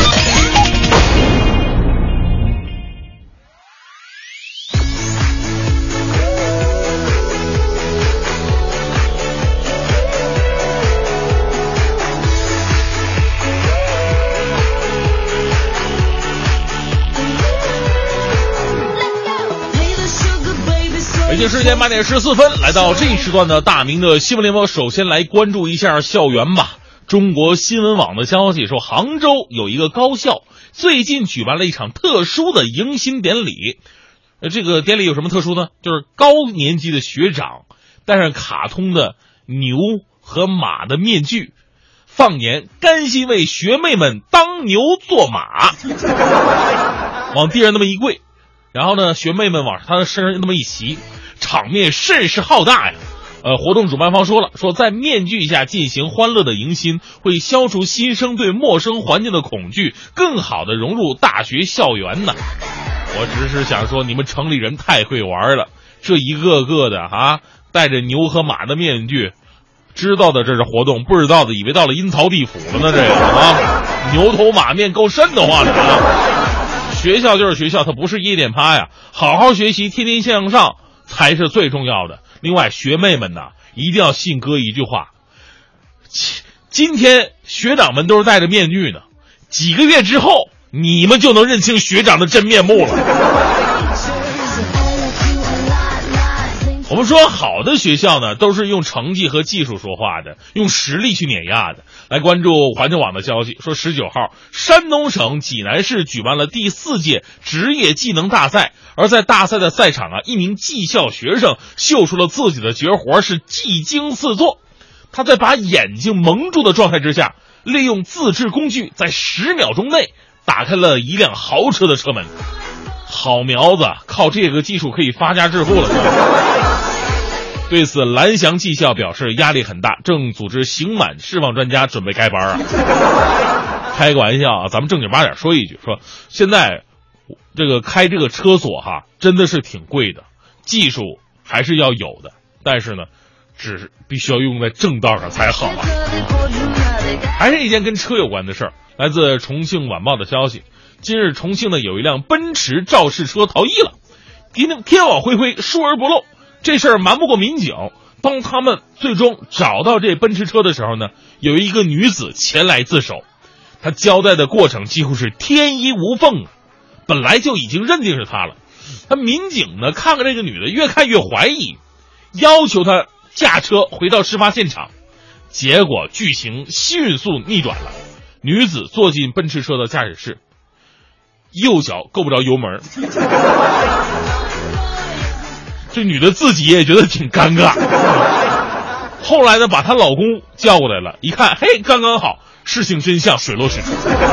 S4: 北京时间八点十四分，来到这一时段的大明的新闻联播，首先来关注一下校园吧。中国新闻网的消息说，杭州有一个高校最近举办了一场特殊的迎新典礼。呃，这个典礼有什么特殊呢？就是高年级的学长戴上卡通的牛和马的面具，放言甘心为学妹们当牛做马，往地上那么一跪，然后呢，学妹们往他的身上那么一骑，场面甚是浩大呀。呃，活动主办方说了，说在面具下进行欢乐的迎新，会消除新生对陌生环境的恐惧，更好的融入大学校园呢。我只是想说，你们城里人太会玩了，这一个个的啊，戴着牛和马的面具，知道的这是活动，不知道的以为到了阴曹地府了呢。这个啊，牛头马面够瘆得慌的啊。学校就是学校，它不是夜店趴呀，好好学习，天天向上才是最重要的。另外，学妹们呐，一定要信哥一句话，今天学长们都是戴着面具呢，几个月之后你们就能认清学长的真面目了。我们说好的学校呢，都是用成绩和技术说话的，用实力去碾压的。来关注环球网的消息，说十九号，山东省济南市举办了第四届职业技能大赛，而在大赛的赛场啊，一名技校学生秀出了自己的绝活，是技惊四座。他在把眼睛蒙住的状态之下，利用自制工具，在十秒钟内打开了一辆豪车的车门。好苗子，靠这个技术可以发家致富了。对此，蓝翔技校表示压力很大，正组织刑满释放专家准备开班啊。开个玩笑啊，咱们正经八点说一句，说现在这个开这个车锁哈，真的是挺贵的，技术还是要有的，但是呢，只是必须要用在正道上才好啊。还是一件跟车有关的事儿，来自重庆晚报的消息，今日重庆呢有一辆奔驰肇事车逃逸了，天天网恢恢，疏而不漏。这事儿瞒不过民警，当他们最终找到这奔驰车的时候呢，有一个女子前来自首。 他交代的过程几乎是天衣无缝，本来就已经认定是他了。他民警呢看看这个女的越看越怀疑，要求她驾车回到事发现场，结果剧情迅速逆转了。女子坐进奔驰车的驾驶室，右脚够不着油门，这女的自己也觉得挺尴尬。后来呢把她老公叫过来了，一看，嘿，刚刚好，事情真相水落石出。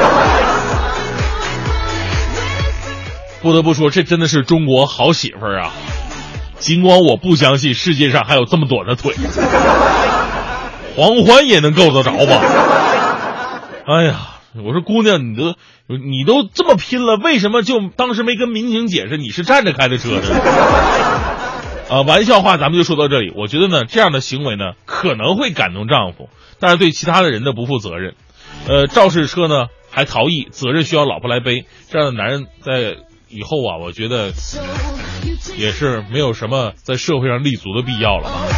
S4: 不得不说，这真的是中国好媳妇儿啊！尽管我不相信世界上还有这么短的腿，黄欢也能够得着吧？哎呀，我说姑娘，你都你都这么拼了，为什么就当时没跟民警解释你是站着开的车呢？啊，玩笑话咱们就说到这里。我觉得呢，这样的行为呢可能会感动丈夫，但是对其他的人的不负责任。呃，肇事车呢还逃逸，责任需要老婆来背，这样的男人在以后啊，我觉得也是没有什么在社会上立足的必要了吧。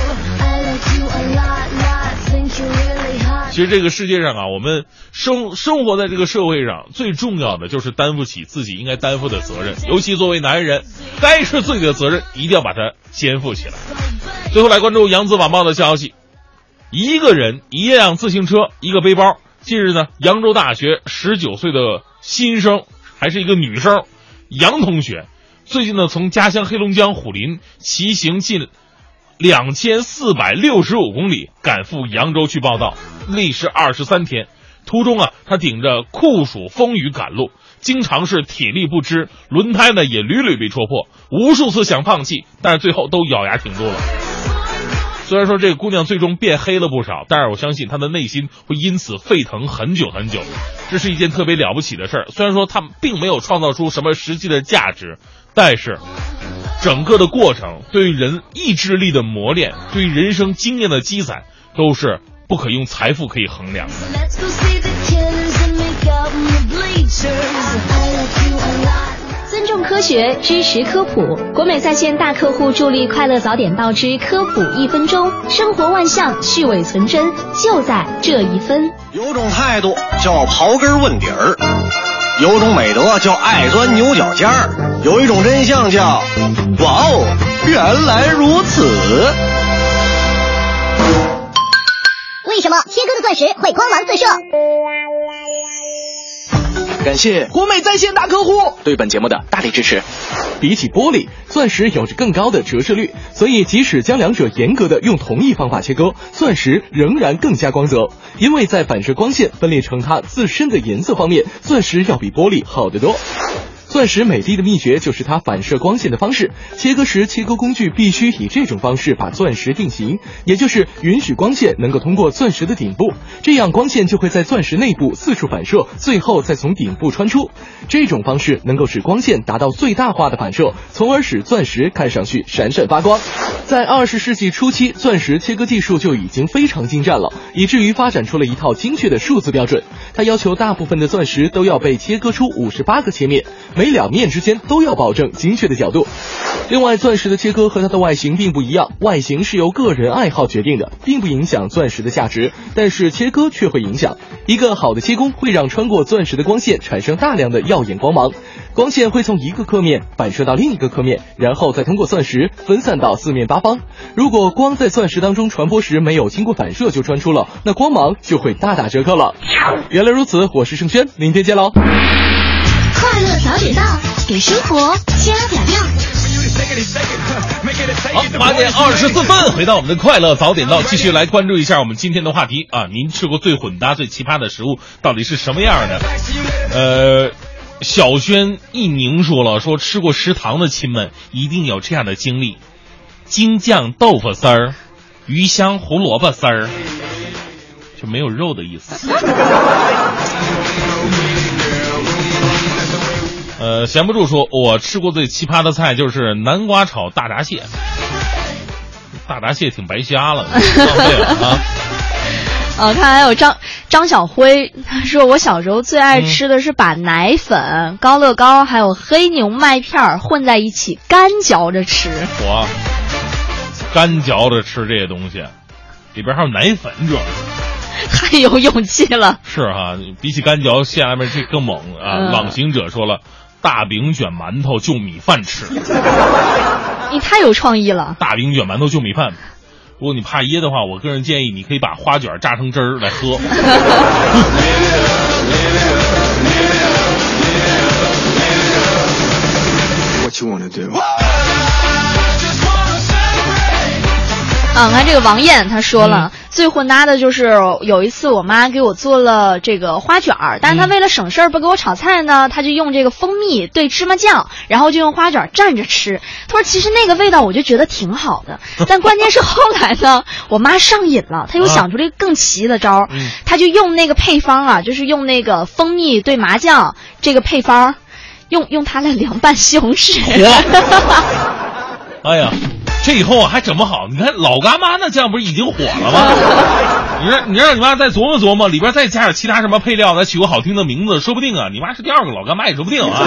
S4: 其实这个世界上啊，我们生生活在这个社会上，最重要的就是担负起自己应该担负的责任，尤其作为男人，该是自己的责任一定要把它肩负起来。最后来关注扬子晚报的消息，一个人一辆自行车一个背包。近日呢，扬州大学十九岁的新生，还是一个女生杨同学，最近呢从家乡黑龙江虎林骑行近两千四百六十五公里赶赴扬州去报道，历时二十三天。途中啊，他顶着酷暑风雨赶路，经常是体力不支，轮胎呢也屡屡被戳破，无数次想放弃，但是最后都咬牙挺住了。虽然说这个姑娘最终变黑了不少，但是我相信她的内心会因此沸腾很久很久。这是一件特别了不起的事儿。虽然说她并没有创造出什么实际的价值，但是整个的过程对于人意志力的磨练，对于人生经验的积攒，都是不可用财富可以衡量的。
S7: 尊重科学，支持科普。国美在线大客户助力快乐早点到之科普一分钟，生活万象，去伪存真，就在这一分。
S8: 有种态度叫刨根问底儿，有种美德叫爱钻牛角尖儿，有一种真相叫哇哦，原来如此。
S9: 为什么切割的钻石会光芒四射？
S10: 感谢
S11: 国美在线大客户
S10: 对本节目的大力支持。
S11: 比起玻璃，钻石有着更高的折射率，所以即使将两者严格的用同一方法切割，钻石仍然更加光泽。因为在反射光线分裂成它自身的颜色方面，钻石要比玻璃好得多。钻石美丽的秘诀就是它反射光线的方式，切割时切割工具必须以这种方式把钻石定型，也就是允许光线能够通过钻石的顶部，这样光线就会在钻石内部四处反射，最后再从顶部穿出。这种方式能够使光线达到最大化的反射，从而使钻石看上去闪闪发光。在二十世纪初期，钻石切割技术就已经非常精湛了，以至于发展出了一套精确的数字标准。它要求大部分的钻石都要被切割出五十八个切面，每两面之间都要保证精确的角度。另外，钻石的切割和它的外形并不一样，外形是由个人爱好决定的，并不影响钻石的价值，但是切割却会影响。一个好的切工会让穿过钻石的光线产生大量的耀眼光芒，光线会从一个刻面反射到另一个刻面，然后再通过钻石分散到四面八方。如果光在钻石当中传播时没有经过反射就穿出了，那光芒就会大打折扣了。原来如此，我是盛轩，明天见喽。
S7: 快乐早点到，给生活加点料。
S4: 好，八点二十四分，回到我们的快乐早点到，继续来关注一下我们今天的话题啊！您吃过最混搭、最奇葩的食物到底是什么样的？呃，小轩一宁说了，说吃过食堂的亲们一定有这样的经历：京酱豆腐丝儿、鱼香胡萝卜丝儿，就没有肉的意思。呃，闲不住说，我吃过最奇葩的菜就是南瓜炒大闸蟹。大闸蟹挺白瞎了，浪费了啊！
S5: 呃，看还有张张小辉，他说我小时候最爱吃的是把奶粉、嗯、高乐高还有黑牛麦片混在一起干嚼着吃。
S4: 我干嚼着吃这些东西，里边还有奶粉，主要是
S5: 太有勇气了。
S4: 是哈、啊，比起干嚼，下面这更猛啊！
S5: 嗯、
S4: 朗行者说了，大饼卷馒头就米饭吃。
S5: 你太有创意了。
S4: 大饼卷馒头就米饭。如果你怕噎的话，我个人建议你可以把花卷榨成汁儿来喝。
S3: What you wanna do?
S5: 啊，看这个王艳，她说了、嗯、最混搭的就是有一次我妈给我做了这个花卷儿，但是她为了省事儿不给我炒菜呢，她就用这个蜂蜜兑芝麻酱，然后就用花卷蘸着吃。她说其实那个味道我就觉得挺好的，但关键是后来呢，我妈上瘾了，她又想出了一个更奇的招儿，嗯、她就用那个配方啊，就是用那个蜂蜜兑麻酱这个配方，用用它来凉拌西红柿。
S4: 哎呀。这以后还整不好，你看老干妈那酱不是已经火了吗？你让你让你妈再琢磨琢磨，里边再加点其他什么配料，再取个好听的名字，说不定啊，你妈是第二个老干妈也说不定啊。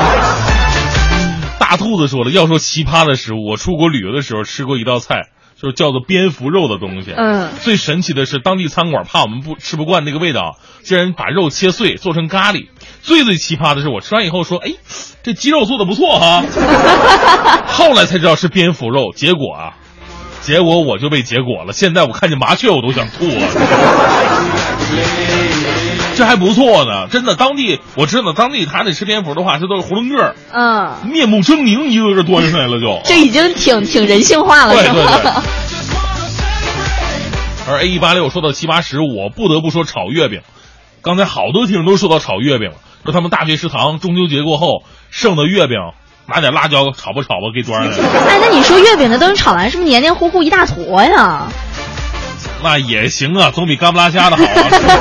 S4: 大兔子说了，要说奇葩的食物，我出国旅游的时候吃过一道菜，就是叫做蝙蝠肉的东西。嗯，最神奇的是当地餐馆怕我们不吃不惯那个味道，竟然把肉切碎做成咖喱。最最奇葩的是我吃完以后说，哎，这鸡肉做的不错哈。后来才知道是蝙蝠肉，结果啊，结果我就被结果了。现在我看见麻雀我都想吐啊。这还不错呢，真的，当地我知道，当地他得吃蝙蝠的话，这都是囫囵个儿，嗯，面目狰狞，一个个端上来了就。
S5: 这已经挺挺人性化了，
S4: 对对对。而 A 一八六说到奇葩食物，我不得不说炒月饼。刚才好多听众都说到炒月饼了，说他们大学食堂中秋节过后剩的月饼，拿点辣椒炒吧炒吧给端上来了。
S5: 哎，那你说月饼的等炒完是不是黏黏糊糊一大坨呀？
S4: 那也行啊，总比干不拉瞎的好啊。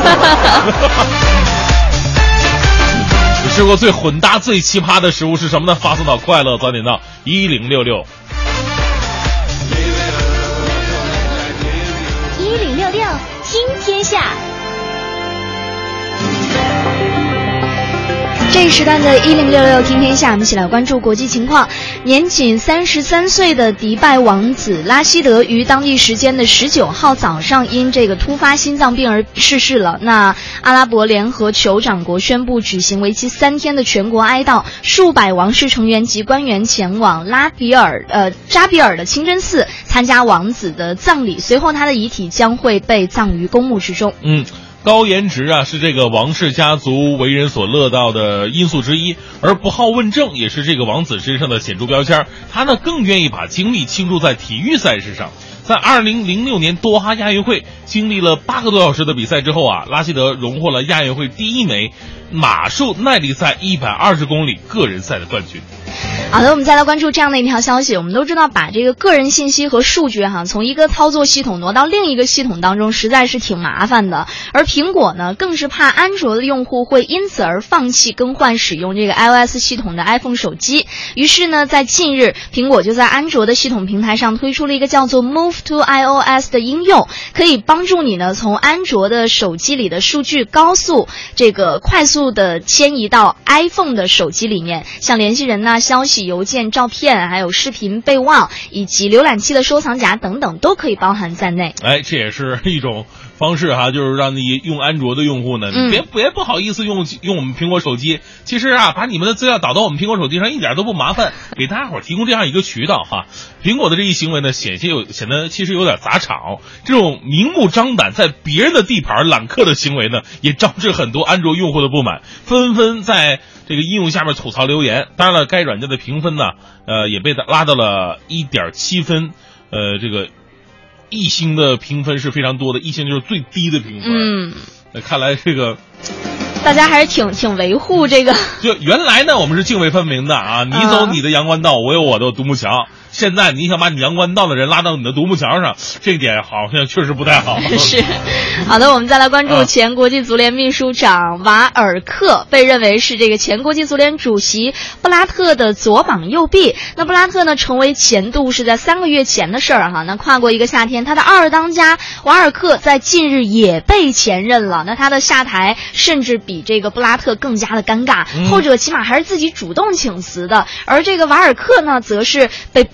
S4: 你吃过最混搭最奇葩的食物是什么呢？发送到快乐早点到一零六六
S9: 一零六六听天下。
S5: 这一时段的一零六六听天下，我们一起来关注国际情况。年仅三十三岁的迪拜王子拉希德于当地时间的十九号早上因这个突发心脏病而逝世了。那阿拉伯联合酋长国宣布举行为期三天的全国哀悼，数百王室成员及官员前往拉比尔呃扎比尔的清真寺参加王子的葬礼，随后他的遗体将会被葬于公墓之中。
S4: 嗯。高颜值啊，是这个王室家族为人所乐道的因素之一，而不好问政也是这个王子身上的显著标签。他呢更愿意把精力倾注在体育赛事上。在二零零六年多哈亚运会经历了八个多小时的比赛之后啊，拉希德荣获了亚运会第一枚马术耐力赛一百二十公里个人赛的冠军。
S5: 好的，我们再来关注这样的一条消息。我们都知道，把这个个人信息和数据哈，从一个操作系统挪到另一个系统当中，实在是挺麻烦的。而苹果呢，更是怕安卓的用户会因此而放弃更换使用这个 iOS 系统的 iPhone 手机。于是呢，在近日，苹果就在安卓的系统平台上推出了一个叫做 Move to iOS 的应用，可以帮助你呢从安卓的手机里的数据高速这个快速的迁移到 iPhone 的手机里面，像联系人呐、消息、邮件、照片，还有视频备忘以及浏览器的收藏夹等等都可以包含在内。
S4: 哎，这也是一种方式哈，就是让你用安卓的用户呢，你别别不好意思用用我们苹果手机。其实啊，把你们的资料导到我们苹果手机上一点都不麻烦，给大家伙提供这样一个渠道哈。苹果的这一行为呢，显现有显得其实有点砸场。这种明目张胆在别人的地盘揽客的行为呢，也招致很多安卓用户的不满，纷纷在这个应用下面吐槽留言。当然了，该软件的评分呢，呃，也被拉到了 一点七分，呃，这个一星的评分是非常多的，一星就是最低的评分。嗯，那看来这个
S5: 大家还是挺挺维护这个。
S4: 就原来呢，我们是泾渭分明的啊，你走你的阳关道，我有我的独木桥。现在你想把你阳关道的人拉到你的独木桥上，这一点好像确实不太好。
S5: 是，好的，我们再来关注前国际足联秘书长瓦尔克，被认为是这个前国际足联主席布拉特的左膀右臂。那布拉特呢，成为前度是在三个月前的事儿哈。那跨过一个夏天，他的二当家瓦尔克在近日也被前任了。那他的下台甚至比这个布拉特更加的尴尬，后者起码还是自己主动请辞的，而这个瓦尔克呢，则是被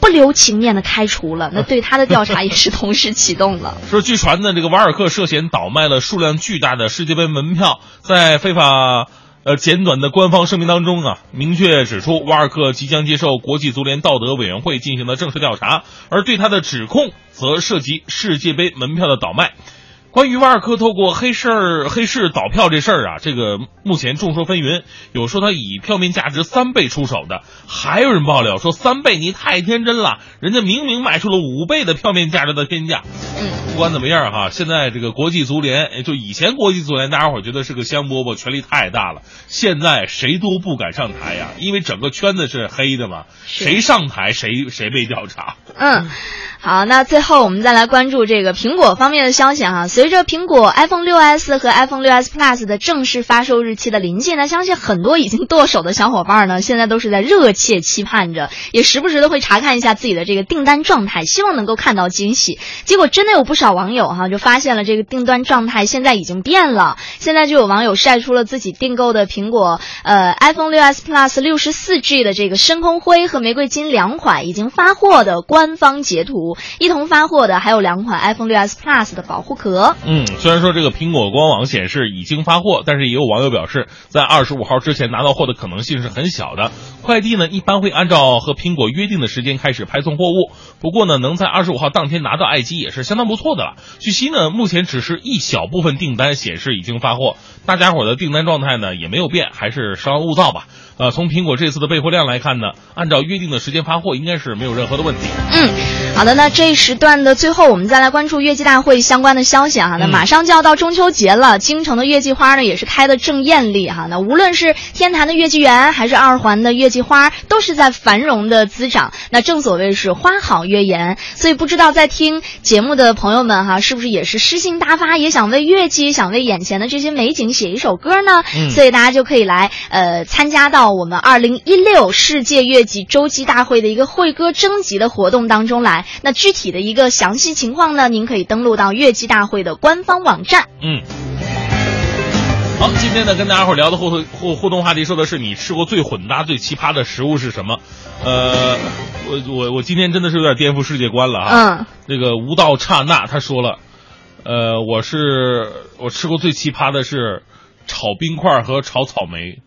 S5: 不留情面的开除了，那对他的调查也是同时启动了。
S4: 说据传呢，这个瓦尔克涉嫌倒卖了数量巨大的世界杯门票，在非法呃简短的官方声明当中啊，明确指出瓦尔克即将接受国际足联道德委员会进行的正式调查，而对他的指控则涉及世界杯门票的倒卖。关于瓦尔克透过黑市黑市倒票这事儿啊，这个目前众说纷纭，有说他以票面价值三倍出手的，还有人爆料说三倍你太天真了，人家明明卖出了五倍的票面价值的天价。
S5: 嗯，
S4: 不管怎么样哈，现在这个国际足联，就以前国际足联大家伙觉得是个香饽饽，权力太大了，现在谁都不敢上台呀，因为整个圈子是黑的嘛，谁上台谁谁被调查。
S5: 嗯。好，那最后我们再来关注这个苹果方面的消息哈。随着苹果 iPhone 六 S 和 iPhone 六 S Plus 的正式发售日期的临近呢，相信很多已经剁手的小伙伴呢，现在都是在热切期盼着，也时不时的会查看一下自己的这个订单状态，希望能够看到惊喜。结果真的有不少网友哈，就发现了这个订单状态现在已经变了。现在就有网友晒出了自己订购的苹果呃 iPhone 六 S Plus 六十四 G 的这个深空灰和玫瑰金两款已经发货的官方截图。一同发货的还有两款 iPhone 六 S Plus 的保护壳。
S4: 嗯，虽然说这个苹果官网显示已经发货，但是也有网友表示，在二十五号之前拿到货的可能性是很小的。快递呢，一般会按照和苹果约定的时间开始派送货物。不过呢，能在二十五号当天拿到爱机也是相当不错的了。据悉呢，目前只是一小部分订单显示已经发货，大家伙的订单状态呢也没有变，还是稍安勿躁吧。呃，从苹果这次的备货量来看呢，按照约定的时间发货，应该是没有任何的问题。
S5: 嗯，好的，那这一时段的最后，我们再来关注月季大会相关的消息啊。那马上就要到中秋节了，京城的月季花呢也是开得正艳丽哈。那无论是天坛的月季园，还是二环的月季花，都是在繁荣的滋长。那正所谓是花好月圆，所以不知道在听节目的朋友们哈，是不是也是诗兴大发，也想为月季，想为眼前的这些美景写一首歌呢？嗯，所以大家就可以来呃参加到我们二零一六世界月季洲际大会的一个会歌征集的活动当中来。那具体的一个详细情况呢，您可以登录到月季大会的官方网站。
S4: 嗯，好，今天呢跟大家伙聊的互互互动话题说的是你吃过最混搭最奇葩的食物是什么？呃，我我我今天真的是有点颠覆世界观了啊。
S5: 嗯，
S4: 那个无道刹那他说了，呃，我是我吃过最奇葩的是炒冰块和炒草莓。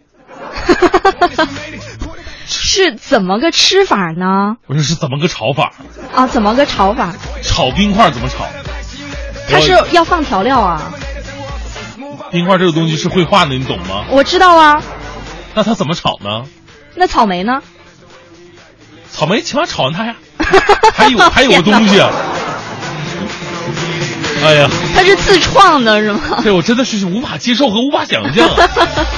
S5: 是怎么个吃法呢？
S4: 不是，是怎么个炒法
S5: 啊？怎么个炒法？
S4: 炒冰块怎么炒？
S5: 它是要放调料啊。
S4: 冰块这个东西是会化的，你懂吗？
S5: 我知道啊。
S4: 那它怎么炒呢？
S5: 那草莓呢？
S4: 草莓起码炒完它呀。还有还有个东西啊。哎呀，
S5: 它是自创的是吗？
S4: 对，我真的是无法接受和无法想象啊。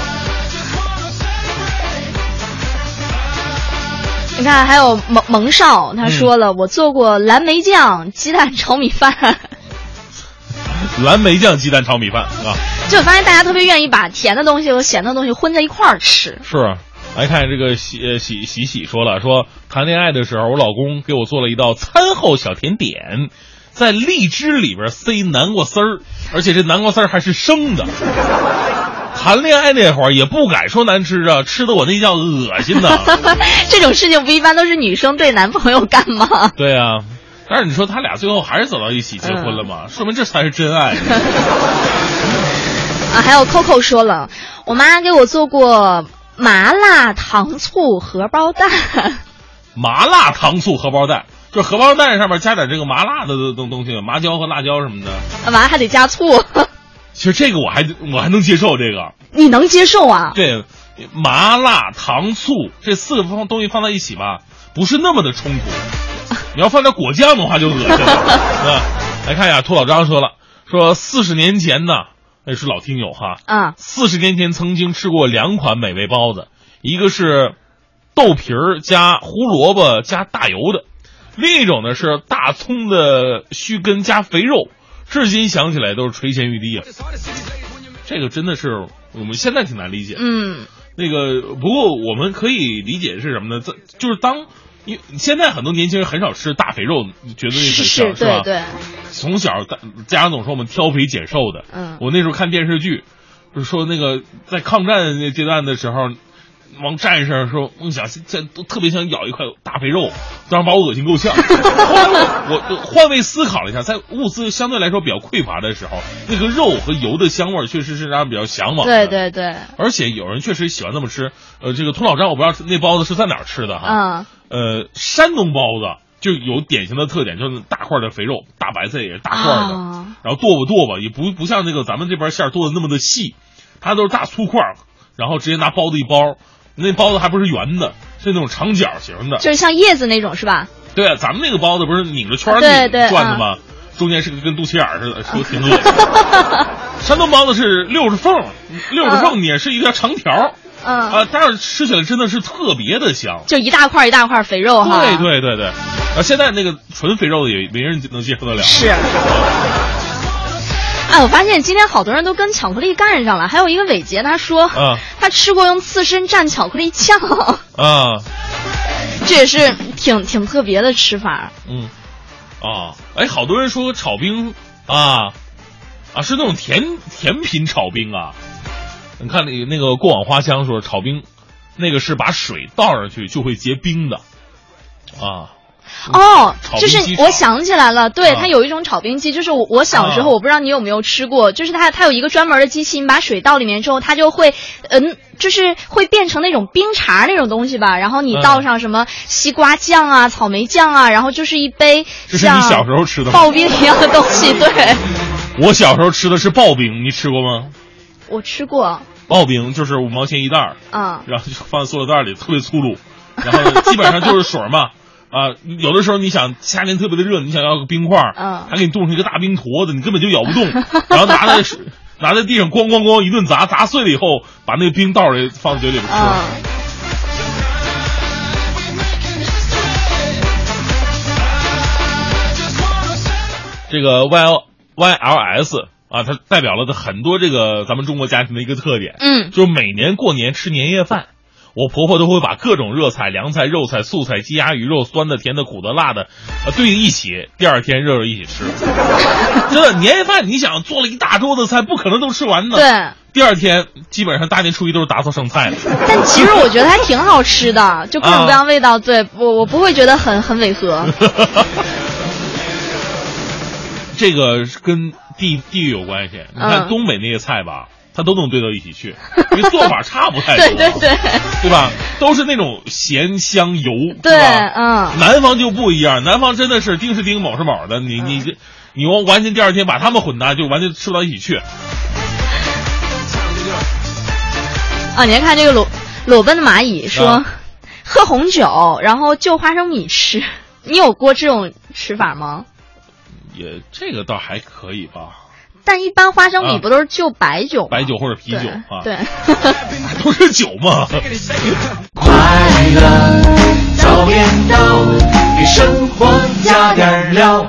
S5: 你看，还有蒙蒙少，他说了、嗯，我做过蓝莓酱鸡蛋炒米饭。
S4: 蓝莓酱鸡蛋炒米饭啊！
S5: 就我发现大家特别愿意把甜的东西和咸的东西混在一块儿吃。
S4: 是，来看这个喜呃喜喜喜说了，说谈恋爱的时候，我老公给我做了一道餐后小甜点，在荔枝里边塞南瓜丝儿，而且这南瓜丝儿还是生的。谈恋爱那会儿也不敢说难吃啊，吃的我那叫恶心呐。
S5: 这种事情不一般都是女生对男朋友干吗？
S4: 对啊，但是你说他俩最后还是走到一起结婚了嘛、嗯、说明这才是真爱。
S5: 啊，还有 Coco 说了，我妈给我做过麻辣糖醋荷包蛋。
S4: 麻辣糖醋荷包蛋，就荷包蛋上面加点这个麻辣的东东西，麻椒和辣椒什么的。
S5: 啊，完了还得加醋。
S4: 其实这个我还我还能接受，这个
S5: 你能接受啊？
S4: 对，麻辣糖醋这四个方东西放在一起吧，不是那么的冲突。你要放点果酱的话就恶心了。啊，来看一下，兔老张说了，说四十年前呢，那是老听友哈，
S5: 啊，
S4: 四十年前曾经吃过两款美味包子，一个是豆皮儿加胡萝卜加大油的，另一种呢是大葱的须根加肥肉。至今想起来都是垂涎欲滴啊！这个真的是我们现在挺难理解。
S5: 嗯，
S4: 那个不过我们可以理解是什么呢？这就是当因为现在很多年轻人很少吃大肥肉，觉得那很小
S5: 是, 是吧？对对。
S4: 从小家长总说我们挑肥拣瘦的。
S5: 嗯。
S4: 我那时候看电视剧，就是说那个在抗战阶段的时候， 往站上说，我想这都特别想咬一块大肥肉，当然把我恶心够呛。我我换位思考了一下，在物资相对来说比较匮乏的时候，那个肉和油的香味确实是让人比较向往的。
S5: 对对对，
S4: 而且有人确实喜欢这么吃。呃，这个涂老张我不知道那包子是在哪儿吃的哈。
S5: 嗯。
S4: 呃，山东包子就有典型的特点，就是大块的肥肉，大白菜也是大块的，
S5: 啊、
S4: 然后剁吧剁吧，也不不像这个咱们这边馅儿剁的那么的细，它都是大粗块，然后直接拿包子一包，那包子还不是圆的，是那种长角型的，
S5: 就是像叶子那种是吧？
S4: 对啊，咱们那个包子不是拧着圈儿拧转的吗？中间是个跟肚脐眼似的，说挺恶心。山东包子是溜着缝，溜着缝捏是一个长条。
S5: 嗯
S4: 啊，但是吃起来真的是特别的香，
S5: 就一大块一大块肥肉哈。
S4: 对对对对，啊，现在那个纯肥肉的也没人能接受得了。
S5: 是。哎，我发现今天好多人都跟巧克力干上了，还有一个伟杰他说，
S4: 啊，
S5: 他吃过用刺身蘸巧克力酱。
S4: 啊，
S5: 这也是挺挺特别的吃法。
S4: 嗯，啊，哎，好多人说炒冰啊，啊是那种甜甜品炒冰啊。你看那那个过往花香说炒冰，那个是把水倒上去就会结冰的，啊。
S5: 哦，就是我想起来了，对，啊、它有一种炒冰机，就是我我小时候、啊、我不知道你有没有吃过，就是它它有一个专门的机器，你把水倒里面之后，它就会嗯，就是会变成那种冰碴那种东西吧，然后你倒上什么西瓜酱啊、草莓酱啊，然后就是一杯
S4: 这是你小时候吃的吗？
S5: 刨冰一样的东西，对。
S4: 我小时候吃的是刨冰，你吃过吗？
S5: 我吃过。
S4: 刨冰就是五毛钱一袋儿，
S5: 啊，
S4: 然后就放在塑料袋里，特别粗鲁，然后基本上就是水嘛。啊，有的时候你想夏天特别的热，你想要个冰块，
S5: 嗯，
S4: 还给你冻成一个大冰坨子，你根本就咬不动，然后拿在拿在地上咣咣咣一顿砸，砸碎了以后，把那个冰倒里放嘴里边吃。
S5: 嗯、
S4: 这个 Y L Y L S 啊，它代表了很多这个咱们中国家庭的一个特点，
S5: 嗯，
S4: 就是每年过年吃年夜饭。我婆婆都会把各种热菜、凉菜、肉菜、素菜、鸡鸭鱼肉、酸的、甜的、苦的、辣的，呃，堆一起，第二天热热一起吃。真的，年夜饭你想做了一大桌子菜，不可能都吃完呢。
S5: 对。
S4: 第二天基本上大年初一都是打扫剩菜了。
S5: 但其实我觉得还挺好吃的，就各种各样味道。啊、对我我不会觉得很很违和。
S4: 这个跟地地域有关系。你看东北那些菜吧。嗯，它都能堆到一起去，因为做法差不太多，
S5: 对对对，
S4: 对吧？都是那种咸香油，
S5: 对，
S4: 嗯。南方就不一样，南方真的是丁是丁，卯是卯的，你你这、嗯、你完全第二天把它们混搭，就完全吃不到一起去。
S5: 啊，你来看这个裸裸奔的蚂蚁说、啊，喝红酒，然后就花生米吃，你有过这种吃法吗？
S4: 也这个倒还可以吧。
S5: 但一般花生米不都是就白酒吗、
S4: 啊、白酒或者啤酒啊？
S5: 对，
S4: 都是酒嘛。
S2: 快乐早点到，给生活加点料。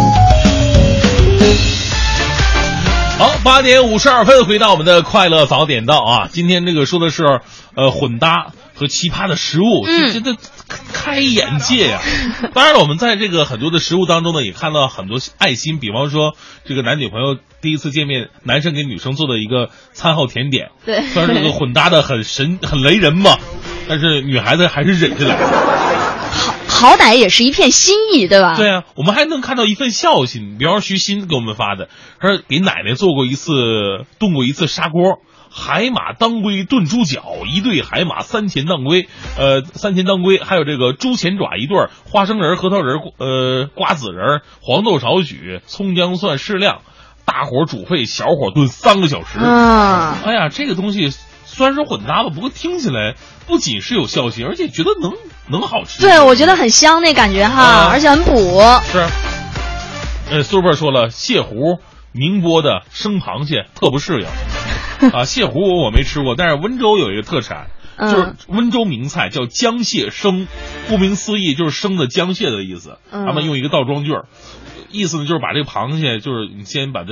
S4: 好，八点五十二分，回到我们的快乐早点到啊！今天这个说的是呃混搭和奇葩的食物，
S5: 嗯，
S4: 真的开眼界呀、啊！当然了，我们在这个很多的食物当中呢，也看到很多爱心，比方说这个男女朋友第一次见面，男生给女生做的一个餐后甜点，
S5: 对，
S4: 虽然这个混搭的很神很雷人嘛，但是女孩子还是忍下来。
S5: 好，好歹也是一片心意，对吧？
S4: 对啊，我们还能看到一份孝心，比方说徐鑫给我们发的，他说给奶奶做过一次炖过一次砂锅。海马当归炖猪脚一对，海马三钱当归，呃，三钱当归，还有这个猪前爪一对，花生仁、核桃仁、呃，瓜子仁、黄豆少许，葱姜蒜适量，大火煮沸，小火炖三个小时。
S5: 啊，
S4: 哎呀，这个东西虽然说混搭吧，不过听起来不仅是有孝心，而且觉得能能好吃。
S5: 对，我觉得很香那感觉哈，啊、而且很补。
S4: 是。呃 ，Super 说了，蟹糊。宁波的生螃蟹特不适应啊，蟹糊我没吃过，但是温州有一个特产，
S5: 嗯、
S4: 就是温州名菜叫江蟹生，顾名思义就是生的江蟹的意思。
S5: 嗯、
S4: 他们用一个倒装句，意思呢就是把这个螃蟹，就是你先把它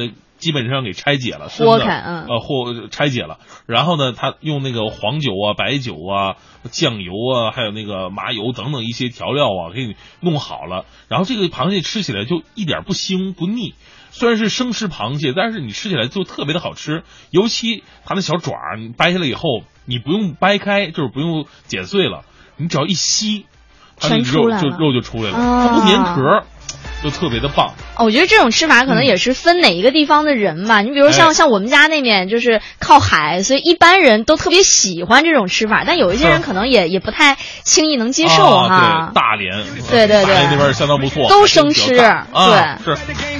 S4: 基本上给拆解了，
S5: 剥开，嗯，
S4: 呃，或拆解了，然后呢，他用那个黄酒啊、白酒啊、酱油啊，还有那个麻油等等一些调料啊，给你弄好了，然后这个螃蟹吃起来就一点不腥不腻。虽然是生吃螃蟹，但是你吃起来就特别的好吃，尤其它的小爪你掰下来以后，你不用掰开，就是不用剪碎了，你只要一吸，它的肉就肉就出来了，
S5: 啊、
S4: 它不粘壳，就特别的棒。
S5: 哦，我觉得这种吃法可能也是分哪一个地方的人吧。嗯、你比如像、哎、像我们家那边就是靠海，所以一般人都特别喜欢这种吃法，但有一些人可能也也不太轻易能接受哈、
S4: 啊。对，大连，
S5: 对对对，
S4: 大连那边相当不错，
S5: 都生吃，
S4: 啊、
S5: 对。
S4: 是。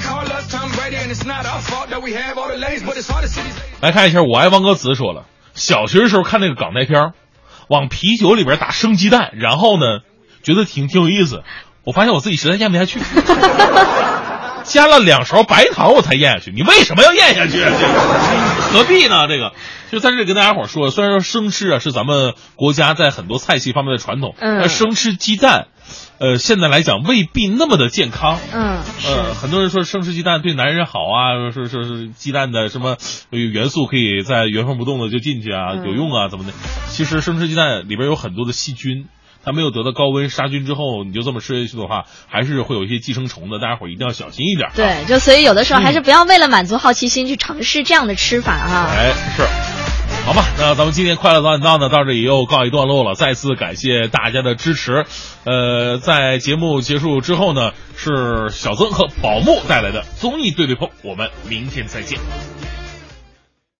S4: 来看一下，我爱汪歌词说了，小学的时候看那个港台片，往啤酒里边打生鸡蛋，然后呢，觉得挺挺有意思。我发现我自己实在咽不下去，加了两勺白糖我才咽下去。你为什么要咽下去？何必呢？这个就在这里跟大家伙说，虽然说生吃啊是咱们国家在很多菜系方面的传统，
S5: 嗯，
S4: 那生吃鸡蛋。呃，现在来讲未必那么的健康。
S5: 嗯，
S4: 呃，很多人说生吃鸡蛋对男人好啊，说说是鸡蛋的什么元素可以在原封不动的就进去啊，
S5: 嗯、
S4: 有用啊，怎么的？其实生吃鸡蛋里边有很多的细菌，它没有得到高温杀菌之后，你就这么吃下去的话，还是会有一些寄生虫的，大家伙一定要小心一点。
S5: 对，就所以有的时候还是不要为了满足好奇心去尝试这样的吃法哈。
S4: 哎，是。好吧，那咱们今天快乐早点到呢，到这里又告一段落了。再次感谢大家的支持。呃，在节目结束之后呢，是小曾和宝木带来的综艺对对碰，我们明天再见。